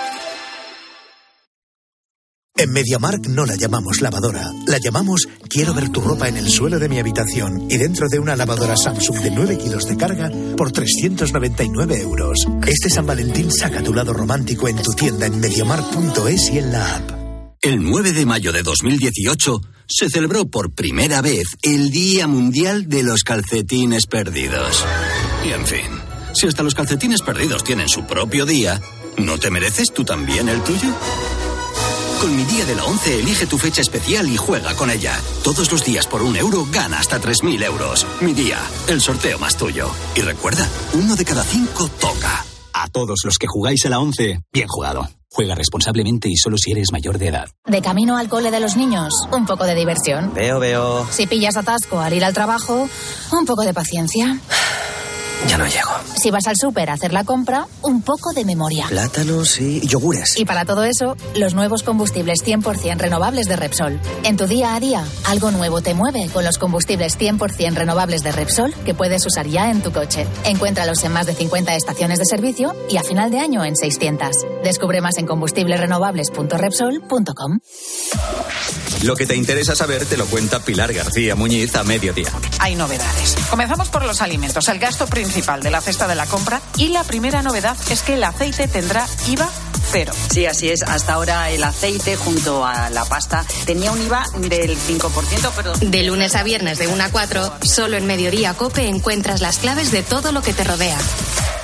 En MediaMarkt no la llamamos lavadora, la llamamos quiero ver tu ropa en el suelo de mi habitación y dentro de una lavadora Samsung de nueve kilos de carga por trescientos noventa y nueve euros. Este San Valentín saca tu lado romántico en tu tienda en mediamarkt punto es y en la app. El nueve de mayo de dos mil dieciocho se celebró por primera vez el Día Mundial de los Calcetines Perdidos. Y en fin, si hasta los calcetines perdidos tienen su propio día, ¿no te mereces tú también el tuyo? Con Mi Día de la Once elige tu fecha especial y juega con ella. Todos los días por un euro gana hasta tres mil euros. Mi Día, el sorteo más tuyo. Y recuerda, uno de cada cinco toca. A todos los que jugáis a la once, bien jugado. Juega responsablemente y solo si eres mayor de edad. De camino al cole de los niños, un poco de diversión. Veo, veo. Si pillas atasco al ir al trabajo, un poco de paciencia. Ya no llego. Si vas al súper a hacer la compra, un poco de memoria. Plátanos y yogures. Y para todo eso, los nuevos combustibles cien por ciento renovables de Repsol. En tu día a día, algo nuevo te mueve con los combustibles cien por ciento renovables de Repsol que puedes usar ya en tu coche. Encuéntralos en más de cincuenta estaciones de servicio y a final de año en seiscientas. Descubre más en combustibles renovables punto repsol punto com. Lo que te interesa saber te lo cuenta Pilar García Muñiz a mediodía. Hay novedades. Comenzamos por los alimentos, el gasto principal de la cesta de la compra, y la primera novedad es que el aceite tendrá I V A cero. Sí, así es. Hasta ahora el aceite junto a la pasta tenía un I V A del cinco por ciento, pero... De lunes a viernes de una a cuatro, solo en Mediodía COPE encuentras las claves de todo lo que te rodea.